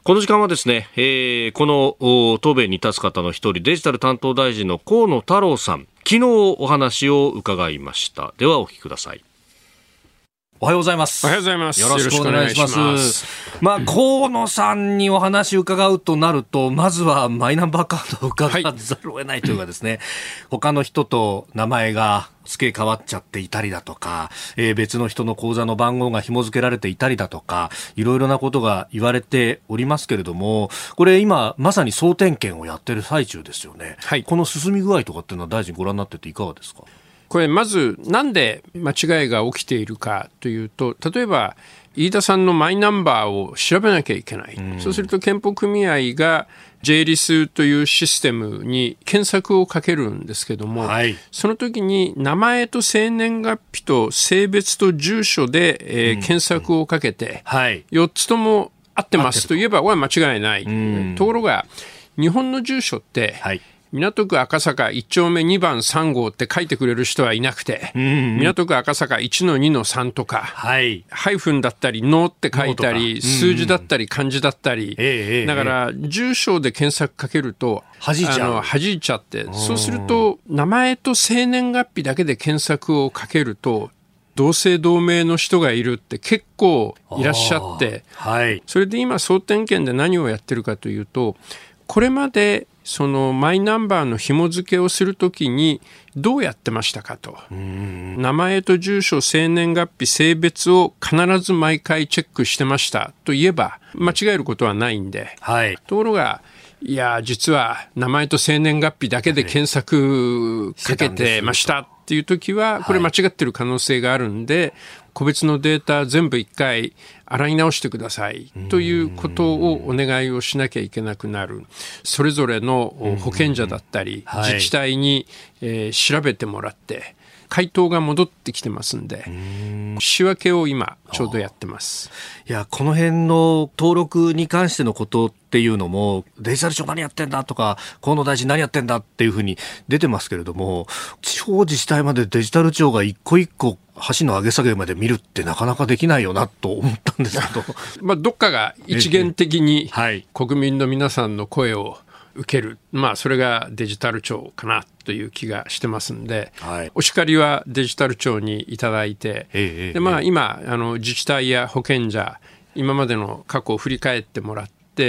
この時間はですね、えー、この答弁に立つ方の一人、デジタル担当大臣の河野太郎さん、昨日お話を伺いました。ではお聞きください。 おはようございます。 おはようございます。 よろしくお願いします。ますまあ、河野さんにお話を伺うとなると、まずはマイナンバーカードを伺わざるを得ないというかですね、はい、他の人と名前が付け替わっちゃっていたりだとか、えー、別の人の口座の番号が紐付けられていたりだとか、いろいろなことが言われておりますけれども、これ今まさに総点検をやってる最中ですよね。はい、この進み具合とかっていうのは大臣ご覧になってていかがですか？ これまずなんで間違いが起きているかというと、例えば飯田さんのマイナンバーを調べなきゃいけない、うん、そうすると健保組合が ジェイリス というシステムに検索をかけるんですけども、はい、その時に名前と生年月日と性別と住所で、えーうん、検索をかけて、うんはい、よっつとも合ってますと言えばこれは間違いない、うん、ところが日本の住所って、はい港区赤坂いち丁目にばんさん号って書いてくれる人はいなくて、うんうん、港区赤坂いちのにのさんとか、はい、ハイフンだったりノーって書いたり、うん、数字だったり漢字だったり、ええ、だから住所で検索かけると弾いちゃう、あの弾いちゃって、そうすると名前と生年月日だけで検索をかけると同姓同名の人がいるって結構いらっしゃって、はい、それで今総点検で何をやってるかというと、これまでそのマイナンバーの紐付けをするときにどうやってましたかと、名前と住所、生年月日、性別を必ず毎回チェックしてましたと言えば間違えることはないんで、はい、ところがいや実は名前と生年月日だけで検索かけてましたっていうときはこれ間違ってる可能性があるんで、個別のデータ全部一回洗い直してくださいということをお願いをしなきゃいけなくなる。それぞれの保険者だったり自治体にえー調べてもらって回答が戻ってきてますんで、仕分けを今ちょうどやってます。 いや、この辺の登録に関してのことっていうのもデジタル庁何やってんだとか河野大臣何やってんだっていうふうに出てますけれども、地方自治体までデジタル庁が一個一個橋の上げ下げまで見るってなかなかできないよなと思ったんですけどまあどっかが一元的に国民の皆さんの声を受ける、まあ、それがデジタル庁かなという気がしてますんで、はい、お叱りはデジタル庁にいただいて、ええでまあ、今あの自治体や保険者今までの過去を振り返ってもらって、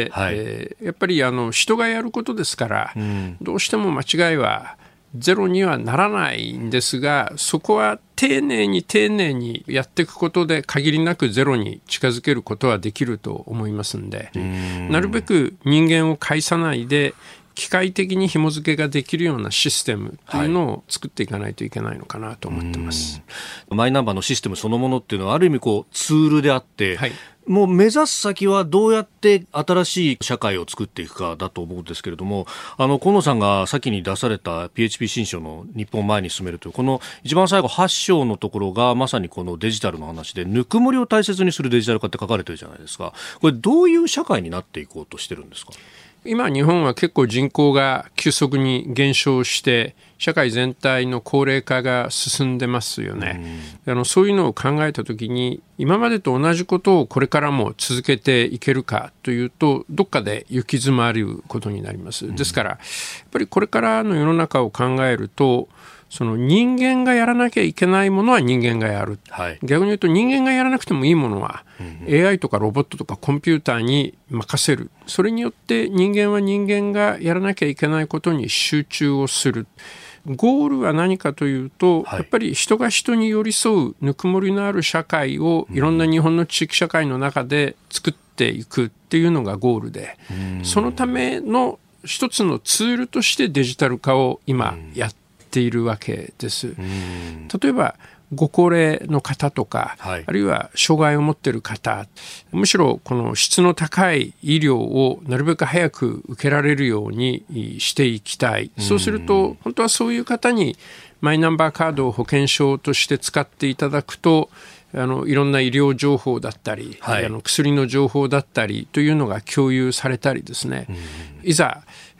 はいえー、やっぱりあの人がやることですから、うん、どうしても間違いはゼロにはならないんですが、そこは丁寧に丁寧にやっていくことで限りなくゼロに近づけることはできると思いますんで、んなるべく人間を介さないで機械的に紐付けができるようなシステムというのを作っていかないといけないのかなと思ってます。 マイナンバーのシステムそのものっていうのはある意味こうツールであって、はいもう目指す先はどうやって新しい社会を作っていくかだと思うんですけれども、あの河野さんが先に出された ピーエイチピー 新書の日本を前に進めるというこの一番最後はち章のところがまさにこのデジタルの話で、ぬくもりを大切にするデジタル化って書かれてるじゃないですか。これどういう社会になっていこうとしてるんですか？ 今日本は結構人口が急速に減少して社会全体の高齢化が進んでますよね。あのそういうのを考えたときに今までと同じことをこれからも続けていけるかというとどっかで行き詰まることになります。ですからやっぱりこれからの世の中を考えるとその人間がやらなきゃいけないものは人間がやる、はい、逆に言うと人間がやらなくてもいいものは、うんうん、エーアイ とかロボットとかコンピューターに任せる。それによって人間は人間がやらなきゃいけないことに集中をする。ゴールは何かというと、はい、やっぱり人が人に寄り添うぬくもりのある社会をいろんな日本の地域社会の中で作っていくっていうのがゴールで、うん、そのための一つのツールとしてデジタル化を今やっているわけです。例えばご高齢の方とか、はい、あるいは障害を持っている方、むしろこの質の高い医療をなるべく早く受けられるようにしていきたい。そうすると本当はそういう方にマイナンバーカードを保険証として使っていただくとあのいろんな医療情報だったり、はい、あの薬の情報だったりというのが共有されたりですね、いざ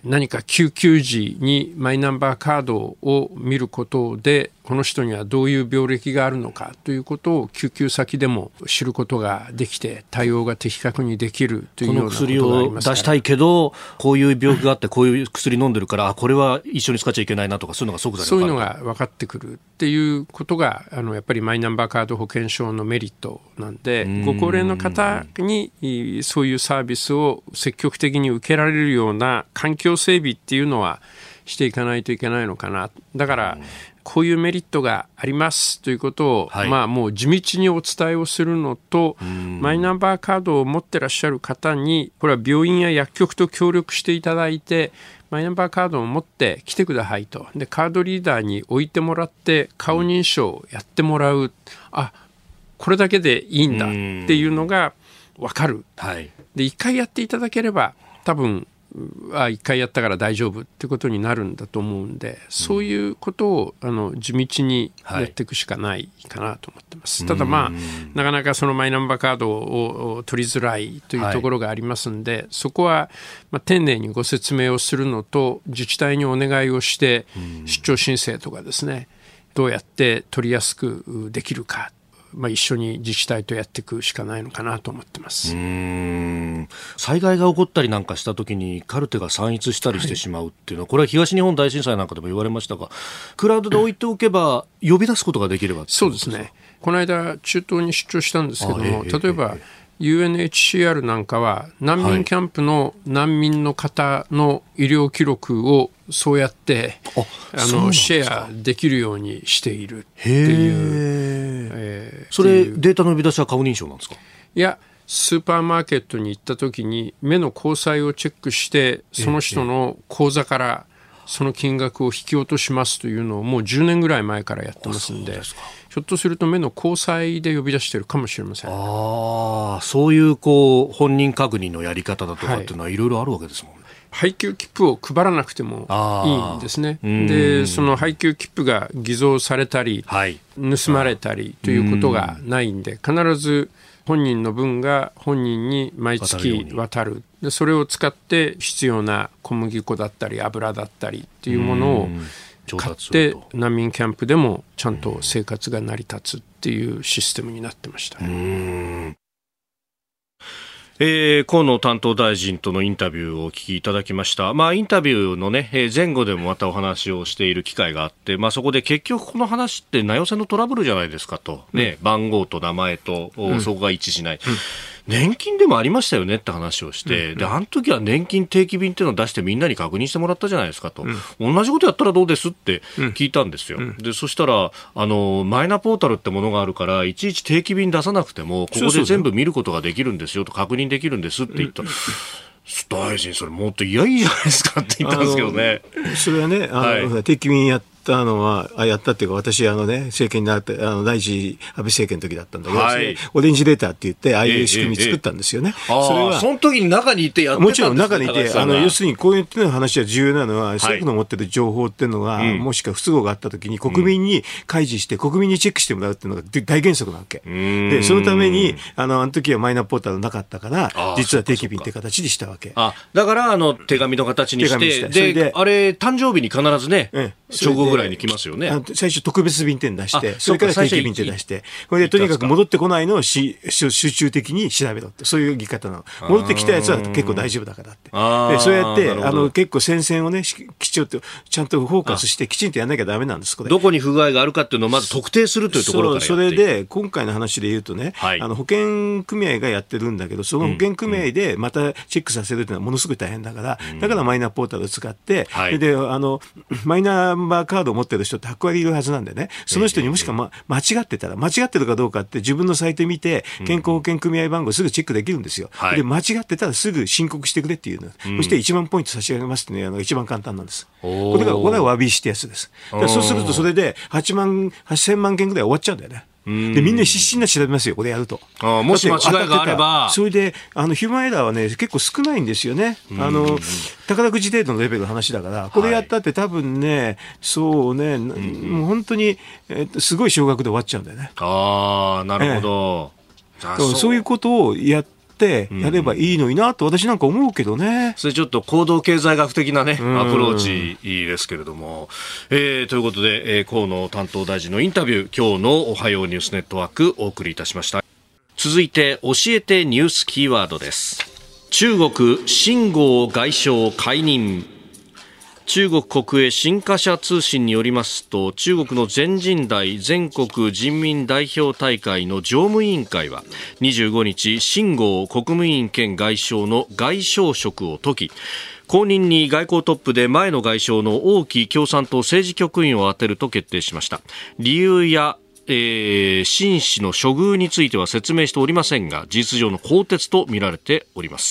何か救急時にマイナンバーカードを見ることでこの人にはどういう病歴があるのかということを救急先でも知ることができて対応が的確にできるというようなことがあります。 この薬を出したいけどこういう病気があってこういう薬飲んでるからこれは一緒に使っちゃいけないなとかそういうのが即座に分かる。 そういうのが分かってくるっていうことがあのやっぱりマイナンバーカード保険証のメリットなんで、ご高齢の方にそういうサービスを積極的に受けられるような環境整備っていうのはしていかないといけないのかな。だからこういうメリットがありますということを、はい、まあもう地道にお伝えをするのと、マイナンバーカードを持ってらっしゃる方にこれは病院や薬局と協力していただいてマイナンバーカードを持って来てくださいと。でカードリーダーに置いてもらって顔認証をやってもらう、あこれだけでいいんだっていうのが分かる、はい、でいっかいやっていただければ多分あいっかいやったから大丈夫ってことになるんだと思うんで、そういうことをあの地道にやっていくしかないかなと思ってます、はい、ただまあなかなかそのマイナンバーカードを取りづらいというところがありますんで、はい、そこはまあ丁寧にご説明をするのと自治体にお願いをして出張申請とかですねどうやって取りやすくできるか、まあ、一緒に自治体とやっていくしかないのかなと思ってます。 うーん災害が起こったりなんかしたときにカルテが散逸したりしてしまうっていうのは、はい、これは東日本大震災なんかでも言われましたがクラウドで置いておけば呼び出すことができれば。 そうですね。この間中東に出張したんですけども、えー、例えば、えー、ユーエヌエイチシーアール なんかは難民キャンプの難民の方の医療記録をそうやってあのシェアできるようにしているっていう、 えー、それデータの呼び出しは顔認証なんですか。 いやスーパーマーケットに行った時に目の交際をチェックしてその人の口座からその金額を引き落としますというのをもうじゅうねんぐらい前からやってますんで、ひょっとすると目の交際で呼び出しているかもしれません。 あそういうこう本人確認のやり方だとかっていうのはいろいろあるわけですもんね。 配給切符を配らなくてもいいんですね。でその配給切符が偽造されたり、はい、盗まれたりということがないんで必ず本人の分が本人に毎月渡る。でそれを使って必要な小麦粉だったり油だったりっていうものを買って難民キャンプでもちゃんと生活が成り立つっていうシステムになってました。うーんえー、河野担当大臣とのインタビューをお聞きいただきました。まあ、インタビューの、ね、前後でもまたお話をしている機会があって、まあ、そこで結局この話って名寄せのトラブルじゃないですかと、ねうん、番号と名前と、うん、そこが一致しない、うん年金でもありましたよねって話をして、うんうん、であの時は年金定期便っていうのを出してみんなに確認してもらったじゃないですかと、うん、同じことやったらどうですって聞いたんですよ、うん、でそしたらあのマイナポータルってものがあるからいちいち定期便出さなくてもここで全部見ることができるんですよと確認できるんですって言ったら、うん大臣それもっと嫌いじゃないですかって言ったんですけどね。 それはねあの、はい、定期便やったのはあやったっていうか私あのね政権になってあの第一安倍政権の時だったんだけど、はい、オレンジレーターって言ってああいう仕組み作ったんですよね、えええ、 それはその時に中にいてやってたんですか。 もちろん中にいてあの要するにこういう話は重要なのは、はい、政府の持っている情報っていうのが、うん、もしくは不都合があった時に国民に開示して、うん、国民にチェックしてもらうっていうのが大原則なわけでそのためにあのあの時はマイナポータルなかったから実は定期便って形にしたわけ。 あだからあの手紙の形にしてでであれ誕生日に必ずね、ええ、正午ぐらいに来ますよね。 最初特別便って出してそれから定期便って出してこれでとにかく戻ってこないのをし集中的に調べろってそういう言い方なの。戻ってきたやつは結構大丈夫だからってでそうやってあの結構戦線をねきちんとちゃんとフォーカスしてきちんとやらなきゃダメなんです。これどこに不具合があるかっていうのをまず特定するというところからやっていく。 それで今回の話で言うとね、はい、あの保険組合がやってるんだけどその保険組合でまたチェックさせるというのはものすごい大変だから、うん、だからマイナポータルを使って、はい、であのマイナンバーカードを持ってる人ってはち割いるはずなんでねその人にもしか、ま、間違ってたら間違ってるかどうかって自分のサイト見て健康保険組合番号すぐチェックできるんですよ、はい、で間違ってたらすぐ申告してくれっていうの、うん、そしていちまんポイント差し上げますっていうのが一番簡単なんです。これがこれは詫びしてやつです。だからそうするとそれではちまんはっせんまん件ぐらい終わっちゃうんだよね。でみんな必死にな調べますよこれやると。 あもし間違いがあればそれであのヒューマンエラーはね結構少ないんですよね。あの宝くじ程度のレベルの話だからこれやったって多分ね、はい、そうねもう本当に、えー、すごい少額で終わっちゃうんだよね。 ああなるほど、 ええ、そう、そういうことをやってってやればいいのになと私なんか思うけどね。 それちょっと行動経済学的なね、アプローチですけれども、えー、ということで、えー、河野担当大臣のインタビュー、今日のおはようニュースネットワークお送りいたしました。続いて教えてニュースキーワードです。中国秦剛外相解任。中国国営新華社通信によりますと、中国の全人代全国人民代表大会の常務委員会はにじゅうごにち、秦剛国務委員兼外相の外相職を解き、後任に外交トップで前の外相の王毅共産党政治局員を充てると決定しました。理由やえー、秦氏の処遇については説明しておりませんが、事実上の更迭と見られております。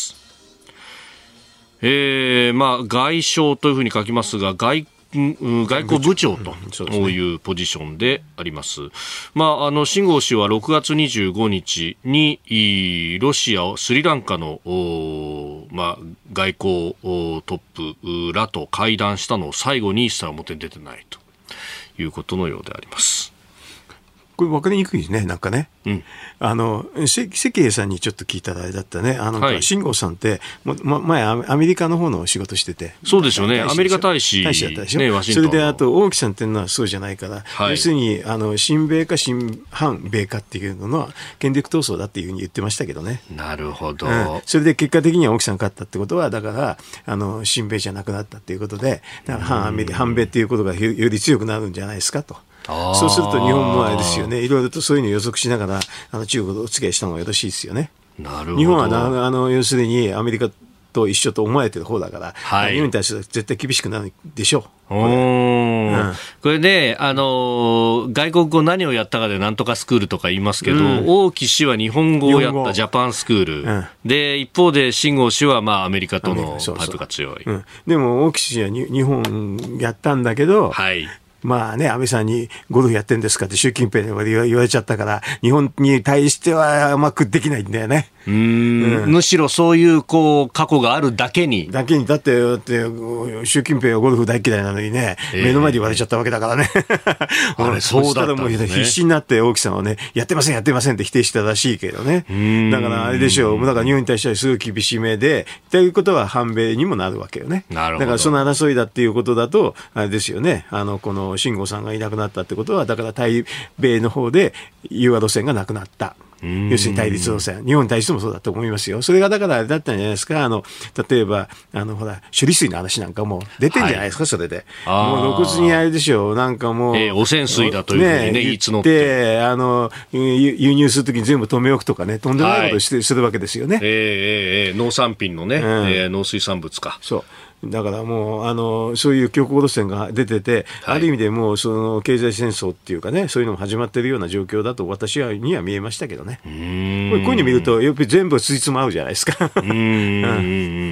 えーまあ、外相というふうに書きますが、外外交部長というポジションであります。まあ、あの秦剛氏はろくがつにじゅうごにちにロシア、スリランカの、まあ、外交トップらと会談したのを最後に一切表に出てないということのようであります。 これ分かりにくいですね、なんかね。うん、あの関平さんにちょっと聞いたらあれだったね。あの、はい、秦剛さんっても、ま、前アメリカの方の仕事してて。 そうですよね。アメリカ大使大使だったでしょ、 ね、ワシントンの。 それであと王毅さんっていうのはそうじゃないから、はい、要するにあの親米か親反米かっていうのは権力闘争だっていうふうに言ってましたけどね。 なるほど、 うん、それで結果的には王毅さん勝ったってことは、だからあの親米じゃなくなったっていうことで、だから反アメリカ反米っていうことがより強くなるんじゃないですかと。そうすると日本もあれですよね、いろいろとそういうのを予測しながらあの中国とお付き合いしたのがよろしいですよね。 なるほど。 日本はなあの要するにアメリカと一緒と思われてる方だから、はい、日本に対しては絶対厳しくなるでしょう。 これ、うん、これね、あの外国語何をやったかでなんとかスクールとか言いますけど、うん、王毅氏は日本語をやったジャパンスクール、うん、で一方で秦剛氏はまあアメリカとのパイプが強い。 うん、でも王毅氏はに日本やったんだけど、はい、まあね、安倍さんにゴルフやってんですかって習近平に言われちゃったから、日本に対してはうまくできないんだよね。 うーん、うん、むしろそういうこう過去があるだけに。 だけに、だって、だって習近平はゴルフ大嫌いなのにね、えー、目の前で言われちゃったわけだからね。 あれ、そうだったんですね。 そしたらもう必死になって王毅さんはね、やってません、やってませんって否定したらしいけどね。だからあれでしょう、だから日本に対してはすごい厳しめで、ということは反米にもなるわけよね。 なるほど。 だからその争いだっていうことだと、あれですよね、あの、この秦剛さんがいなくなったってことは、だから対米の方で融和路線がなくなった。要するに対立路線、日本に対してもそうだと思いますよ。それがだからあれだったんじゃないですか。あの例えばあのほら処理水の話なんかも出てんじゃないですか、はい、それでもう露骨にあれでしょう、なんかもう、 えー、汚染水だというふうにね、ね言い募ってあの輸入するときに全部止め置くとかね、とんでもないことをして、はい、するわけですよね。 えーえー、農産品のね、うん、えー、農水産物か。 そうだからもうあのそういう強硬路線が出てて、はい、ある意味でもうその経済戦争っていうかね、そういうのも始まっているような状況だと私はには見えましたけどね。うーん、こういうふうに見るとやっぱり全部ついつま合うじゃないですか。うーん、 うん、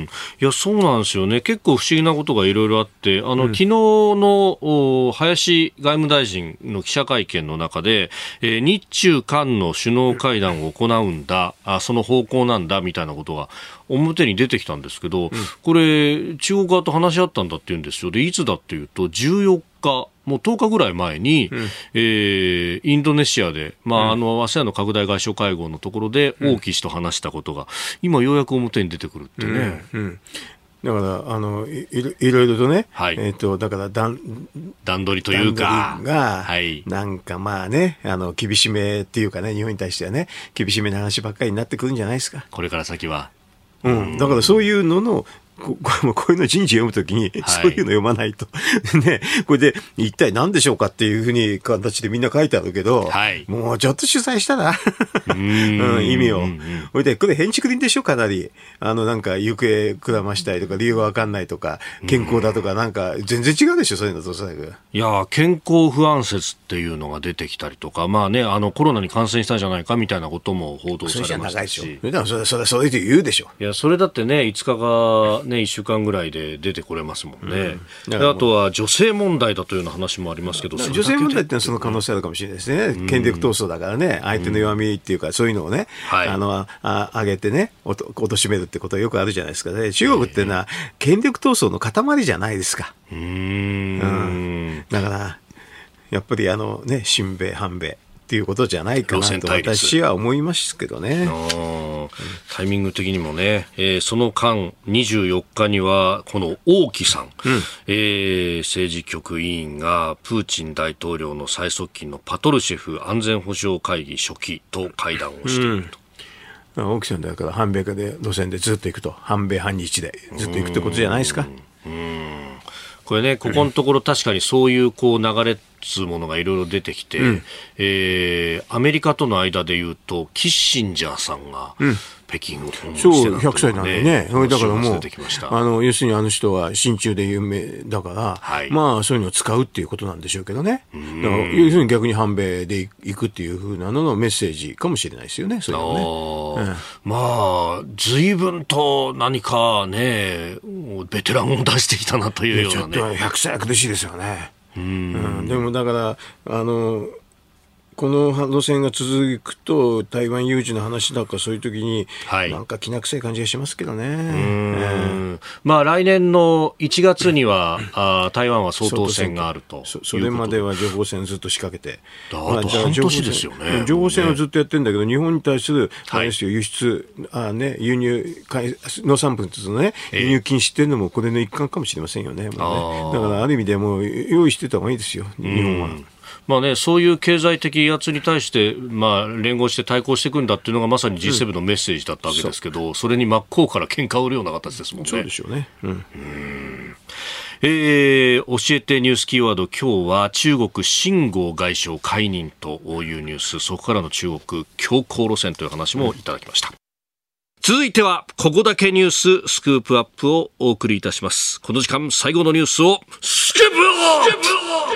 いやそうなんですよね。結構不思議なことがいろいろあって、あの、うん、昨日の林外務大臣の記者会見の中で、えー、日中韓の首脳会談を行うんだ、あその方向なんだみたいなことが表に出てきたんですけど、うん、これ中国側と話し合ったんだって言うんですよ。でいつだっていうとじゅうよっか、もうとおかぐらい前に、うん、えー、インドネシアで、まあうん、あの アセアン の拡大外相会合のところで王毅氏と話したことが、うん、今ようやく表に出てくるってね、 うんうん、だからあの い, いろいろとね、はい、えー、とだから段段取りというかが、はい、なんかまあね、あの厳しめっていうかね、日本に対してはね厳しめな話ばっかりになってくるんじゃないですか、 これから先は。 うん、だからそういうののこ, こういうの人事読むときに、はい、そういうの読まないとね、これで一体何でしょうかっていうふうに形でみんな書いてあるけど、はい、もうちょっと取材したらうん、うん、意味を。これでこれ変築林でしょ、かなりあのなんか行方くらましたりとか理由が分かんないとか健康だとかなんか全然違うでしょ、そういうのと。 いや健康不安説っていうのが出てきたりとか、まあね、あのコロナに感染したんじゃないかみたいなことも報道されましたし。 それじゃ長いでしょ。それそれそれで言うでしょ。 いやそれだってね、いつかがねいっしゅうかんぐらいで出てこれますもんね、うん、であとは女性問題だというような話もありますけど、 女性問題ってのはその可能性あるかもしれないですね、うん、権力闘争だからね、相手の弱みっていうか、うん、そういうのをね、はい、あのあ上げてねおと貶めるってことはよくあるじゃないですかね。中国っていうのは権力闘争の塊じゃないですか。うーん、うん、だからやっぱりあのね、親米反米っていうことじゃないかなと私は思いますけどね。 タイミング的にもね、えー、その間にじゅうよっかにはこの王毅さん、うんえー、政治局委員がプーチン大統領の最側近のパトルシェフ安全保障会議書記と会談をしていると、 うん、王毅さんだから反米化で路線でずっと行くと、反米反日でずっと行くってことじゃないですか。 うんうんこれね、ここのところ確かにそういうこう流れつうものがいろいろ出てきて、うんえー、アメリカとの間でいうとキッシンジャーさんが北京を訪問してた、ね、 そうひゃくさいなんでね、だからもうあの要するにあの人は親中で有名だから、はい、まあそういうのを使うっていうことなんでしょうけどね。だから要するに逆に反米でいくっていう風なののメッセージかもしれないですよね。それはね、 うん、まあ随分と何かねベテランを出してきたなというようなね。 ちょっとひゃくさい苦しいですよね。うんうん、でもだからあのこの路線が続くと台湾有事の話だかそういう時に、はい、なんかきな臭い感じがしますけどね。うん、えーまあ、来年のいちがつにはあ台湾は総統選があるとそ, それまでは情報戦ずっと仕掛けてあと半年ですよね。 情報戦をずっとやってるんだけど、日本に対する、はい、輸出あ、ね、輸入農産物の、ね、輸入禁止っていうのもこれの一環かもしれませんよね。もうねだからある意味でもう用意してた方がいいですよ日本は。 まあね、そういう経済的威圧に対して、まあ、連合して対抗していくんだっていうのがまさに ジーセブン のメッセージだったわけですけど、うん、そ, それに真っ向から喧嘩を売るような形ですもんね。 そうでしょうね、うんうんえー、教えてニュースキーワード、今日は中国秦剛外相解任というニュース、そこからの中国強硬路線という話もいただきました、うん。続いてはここだけニューススクープアップをお送りいたします。この時間最後のニュースをスクープアップ。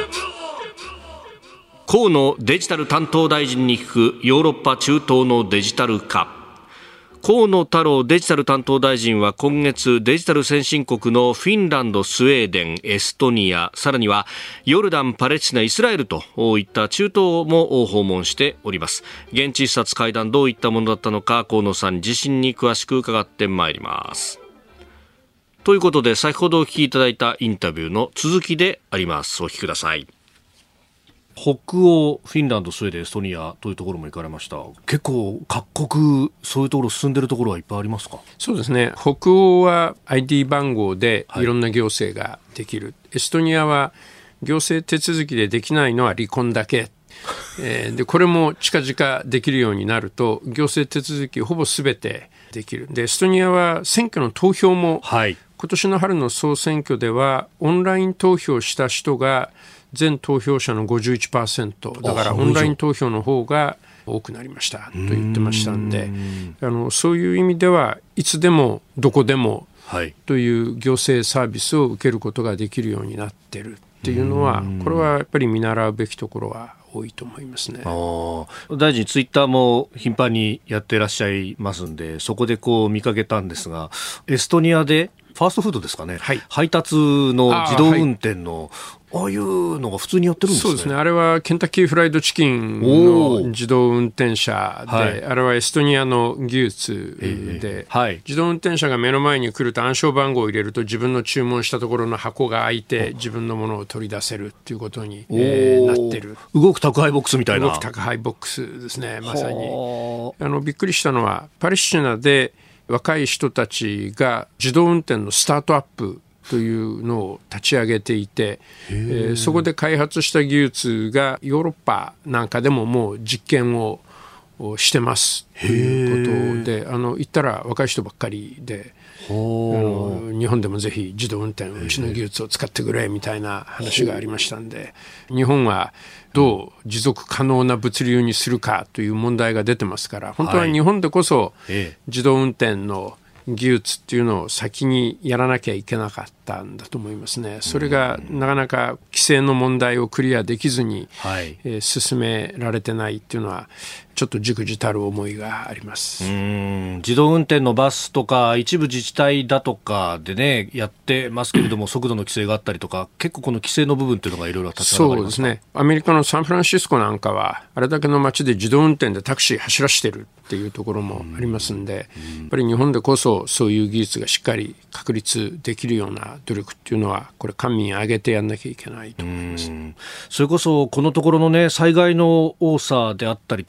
河野デジタル担当大臣に聞くヨーロッパ中東のデジタル化。河野太郎デジタル担当大臣は今月デジタル先進国のフィンランド、スウェーデン、エストニア、さらにはヨルダン、パレスチナ、イスラエルといった中東も訪問しております。現地視察会談どういったものだったのか、河野さん自身に詳しく伺ってまいります。ということで先ほどお聞きいただいたインタビューの続きであります。お聞きください。北欧、フィンランド、スウェーデン、エストニアというところも行かれました。結構各国そういうところ進んでいるところはいっぱいありますか？ そうですね。北欧は アイディー 番号でいろんな行政ができる、はい、エストニアは行政手続きでできないのは離婚だけえー、でこれも近々できるようになると行政手続きほぼすべてできる。でエストニアは選挙の投票も、はい、今年の春の総選挙ではオンライン投票した人が全投票者の ごじゅういちパーセント だからオンライン投票の方が多くなりましたと言ってましたんで、あのそういう意味ではいつでもどこでもという行政サービスを受けることができるようになっているっていうのは、これはやっぱり見習うべきところは多いと思いますね。 あ大臣ツイッターも頻繁にやってらっしゃいますんで、そこでこう見かけたんですが、エストニアでファーストフードですかね、はい、配達の自動運転のああいうのが普通にやってるんですね。 そうですね。あれはケンタッキーフライドチキンの自動運転車で、はい、あれはエストニアの技術で、えーはい、自動運転車が目の前に来ると暗証番号を入れると自分の注文したところの箱が開いて自分のものを取り出せるっていうことに、えー、なってる。 動く宅配ボックスみたいな。 動く宅配ボックスですね。まさにあのびっくりしたのはパレスチナで若い人たちが自動運転のスタートアップというのを立ち上げていて、えー、そこで開発した技術がヨーロッパなんかでももう実験をしてますということで、あの言ったら若い人ばっかりで、あの日本でもぜひ自動運転うちの技術を使ってくれみたいな話がありましたんで、日本はどう持続可能な物流にするかという問題が出てますから、本当は日本でこそ自動運転の技術っていうのを先にやらなきゃいけなかったんだと思いますね。それがなかなか規制の問題をクリアできずに、はいえー、進められてないっていうのはちょっと忸怩たる思いがあります。 うーん自動運転のバスとか一部自治体だとかでねやってますけれども、速度の規制があったりとか結構この規制の部分っていうのがいろいろ立ち上がりますか？ そうですね。アメリカのサンフランシスコなんかはあれだけの街で自動運転でタクシー走らせてるっていうところもありますんで、やっぱり日本でこそそういう技術がしっかり確立できるような努力っていうのはこれ官民挙げてやんなきゃいけないと思います。 それこそこのところのね災害の多さであったりとか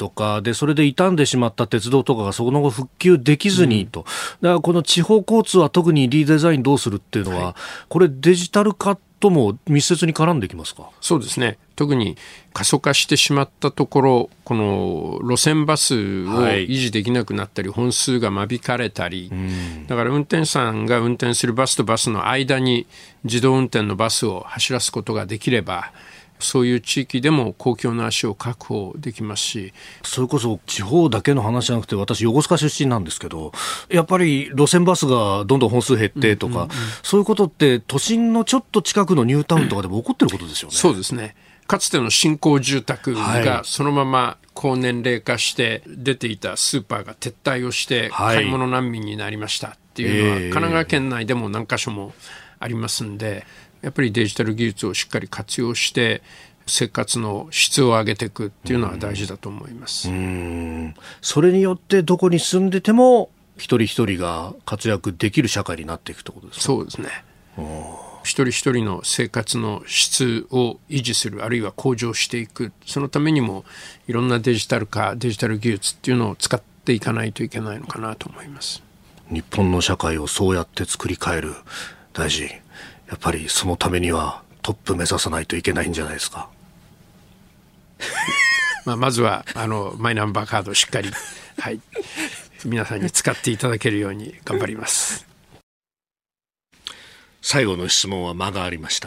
でそれで傷んでしまった鉄道とかがその後復旧できずにと、うん、だからこの地方交通は特にリデザインどうするっていうのは、はい、これデジタル化とも密接に絡んできますか？ そうですね。特に過疎化してしまったところ、この路線バスを維持できなくなったり、はい、本数が間引かれたり、うん、だから運転手さんが運転するバスとバスの間に自動運転のバスを走らすことができれば、そういう地域でも公共の足を確保できますし、 それこそ地方だけの話じゃなくて、私横須賀出身なんですけど、やっぱり路線バスがどんどん本数減ってとか、うんうんうん、そういうことって都心のちょっと近くのニュータウンとかでも起こってることですよね。 そうですね。かつての新興住宅がそのまま高年齢化して出ていたスーパーが撤退をして買い物難民になりましたっていうのは神奈川県内でも何か所もありますんで、やっぱりデジタル技術をしっかり活用して生活の質を上げていくっていうのは大事だと思います。 うーん、それによってどこに住んでても一人一人が活躍できる社会になっていくってことですか？ そうですね。一人一人の生活の質を維持する、あるいは向上していく、そのためにもいろんなデジタル化、デジタル技術っていうのを使っていかないといけないのかなと思います。 日本の社会をそうやって作り変える、大事。やっぱりそのためにはトップ目指さないといけないんじゃないですか？ まあまずはあのマイナンバーカードをしっかり、はい、皆さんに使っていただけるように頑張ります。 最後の質問は間がありました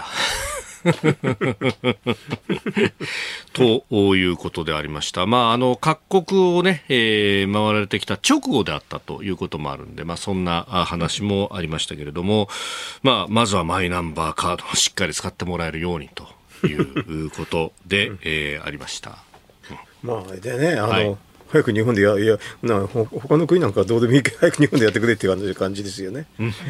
ということでありました。まあ、あの各国をね、えー、回られてきた直後であったということもあるんで、まあ、そんな話もありましたけれども、まあ、まずはマイナンバーカードをしっかり使ってもらえるようにということで、えー、ありました、 うん、まあでね、あの、はい、早く日本でや、いや、な、ほ他の国なんかどうでもいいけど、早く日本でやってくれっていう感じですよね。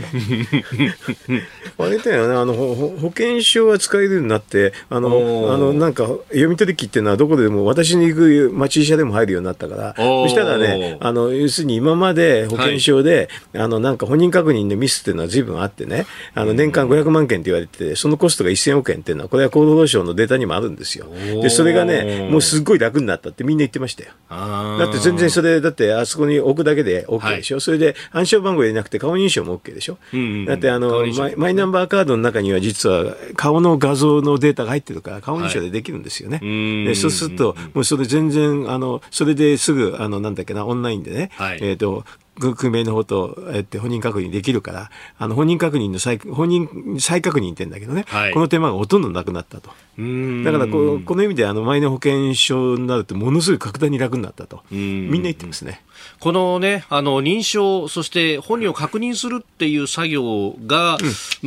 あれだよね、あの保険証は使えるようになって、あの、あのなんか読み取り機っていうのはどこでも私に行く町医者でも入るようになったから、そしたらね、あの要するに今まで保険証で、はい、あのなんか本人確認でミスっていうのは随分あってね、あの年間ごひゃくまんけんって言われてて、そのコストがせんおくえんっていうのはこれは厚労省のデータにもあるんですよ。でそれがね、もうすっごい楽になったってみんな言ってましたよ。だって全然それだってあそこに置くだけで OK でしょ、はい、それで暗証番号入れなくて顔認証も OK でしょ、うんうん、だってあのマイ、マイナンバーカードの中には実は顔の画像のデータが入ってるから顔認証でできるんですよね、はい、でそうするともうそれ全然あのそれですぐあのなんだっけなオンラインでね、はい、えーと区名の方と、えって本人確認できるから、あの本人確認の再本人再確認って言うんだけどね、はい、この手間がほとんどなくなったと。うーんだからこ、この意味であのマイナ保険証になるとものすごい格段に楽になったとみんな言ってますね。 このね、あの認証、そして本人を確認するっていう作業が、うん、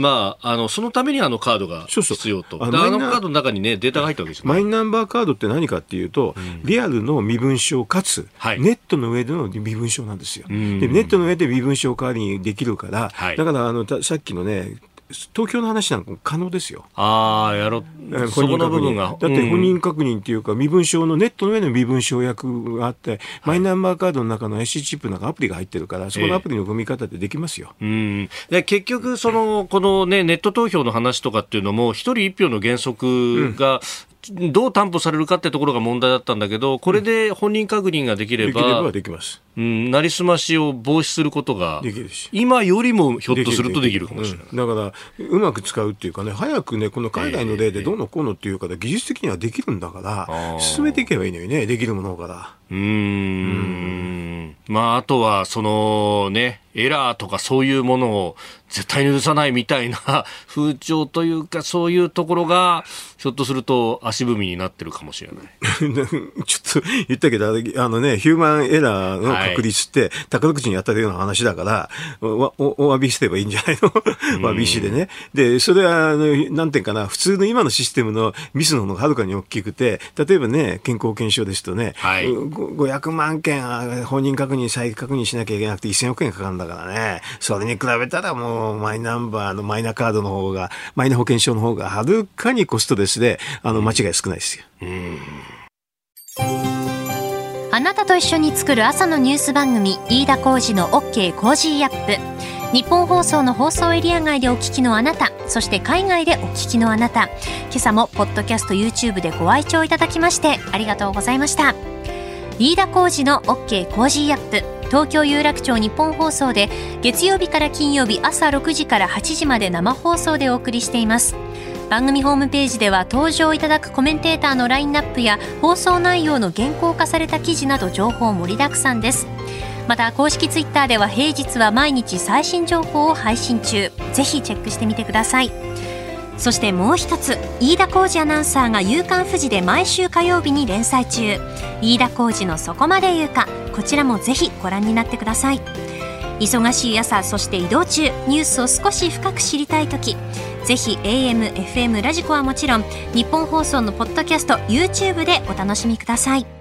まあ、あのそのためにあのカードが必要と。そうそう、あの、あのカードの中にね、データが入ったわけですよね。 マイナンバーカードって何かっていうと、うん、リアルの身分証かつ、はい、ネットの上での身分証なんですよ。でネットの上で身分証代わりにできるから、はい、だからあのさっきのね、東京の話なんかも可能ですよ。 ああ、やろう。そこの部分が。 だって本人確認っていうか、身分証のネットの上の身分証役があって、はい、マイナンバーカードの中の アイシー チップなんかアプリが入ってるから、そこのアプリの組み方でできますよ。 えー、うんで結局、その、このね、ネット投票の話とかっていうのも、一人一票の原則が、うんどう担保されるかってところが問題だったんだけど、これで本人確認ができれば、 できればできます。 うん、なりすましを防止することができるし、今よりもひょっとするとできるかもしれない。 うん、だからうまく使うっていうかね、早くね、この海外の例でどうのこうのっていうか、技術的にはできるんだから、えー、進めていけばいいのにね、できるものから。 うーん、うんまあ、あとはそのね、エラーとかそういうものを絶対に許さないみたいな風潮というか、そういうところがひょっとすると足踏みになってるかもしれないちょっと言ったけど、あのね、ヒューマンエラーの確率って宝くじに当たるような話だから、お, お, お詫びすればいいんじゃないの詫びしでね。でそれはあのなんていうかな、普通の今のシステムのミスの方がはるかに大きくて、例えばね、健康保険証ですとね、はい、ごひゃくまんけん本人確認再確認しなきゃいけなくてせんおくえんかかるんだからね。それに比べたらもうマイナンバーのマイナカードの方が、マイナ保険証の方がはるかにコストレスで、あの間違い少ないですよ。うん、 あなたと一緒に作る朝のニュース番組、飯田浩司の OK コージーアップ。日本放送の放送エリア外でお聞きのあなた、そして海外でお聞きのあなた、今朝もポッドキャスト YouTube でご愛聴いただきましてありがとうございました。 飯田浩司の OK コージーアップ。東京有楽町日本放送で月曜日から金曜日朝ろくじからはちじまで生放送でお送りしています。番組ホームページでは登場いただくコメンテーターのラインナップや放送内容の原稿化された記事など情報盛りだくさんです。また公式ツイッターでは平日は毎日最新情報を配信中。ぜひチェックしてみてください。そしてもう一つ、飯田浩司アナウンサーが夕刊フジで毎週火曜日に連載中、飯田浩司のそこまで言うか、こちらもぜひご覧になってください。忙しい朝、そして移動中、ニュースを少し深く知りたいとき、ぜひ エーエム、エフエム ラジコはもちろん日本放送のポッドキャスト YouTube でお楽しみください。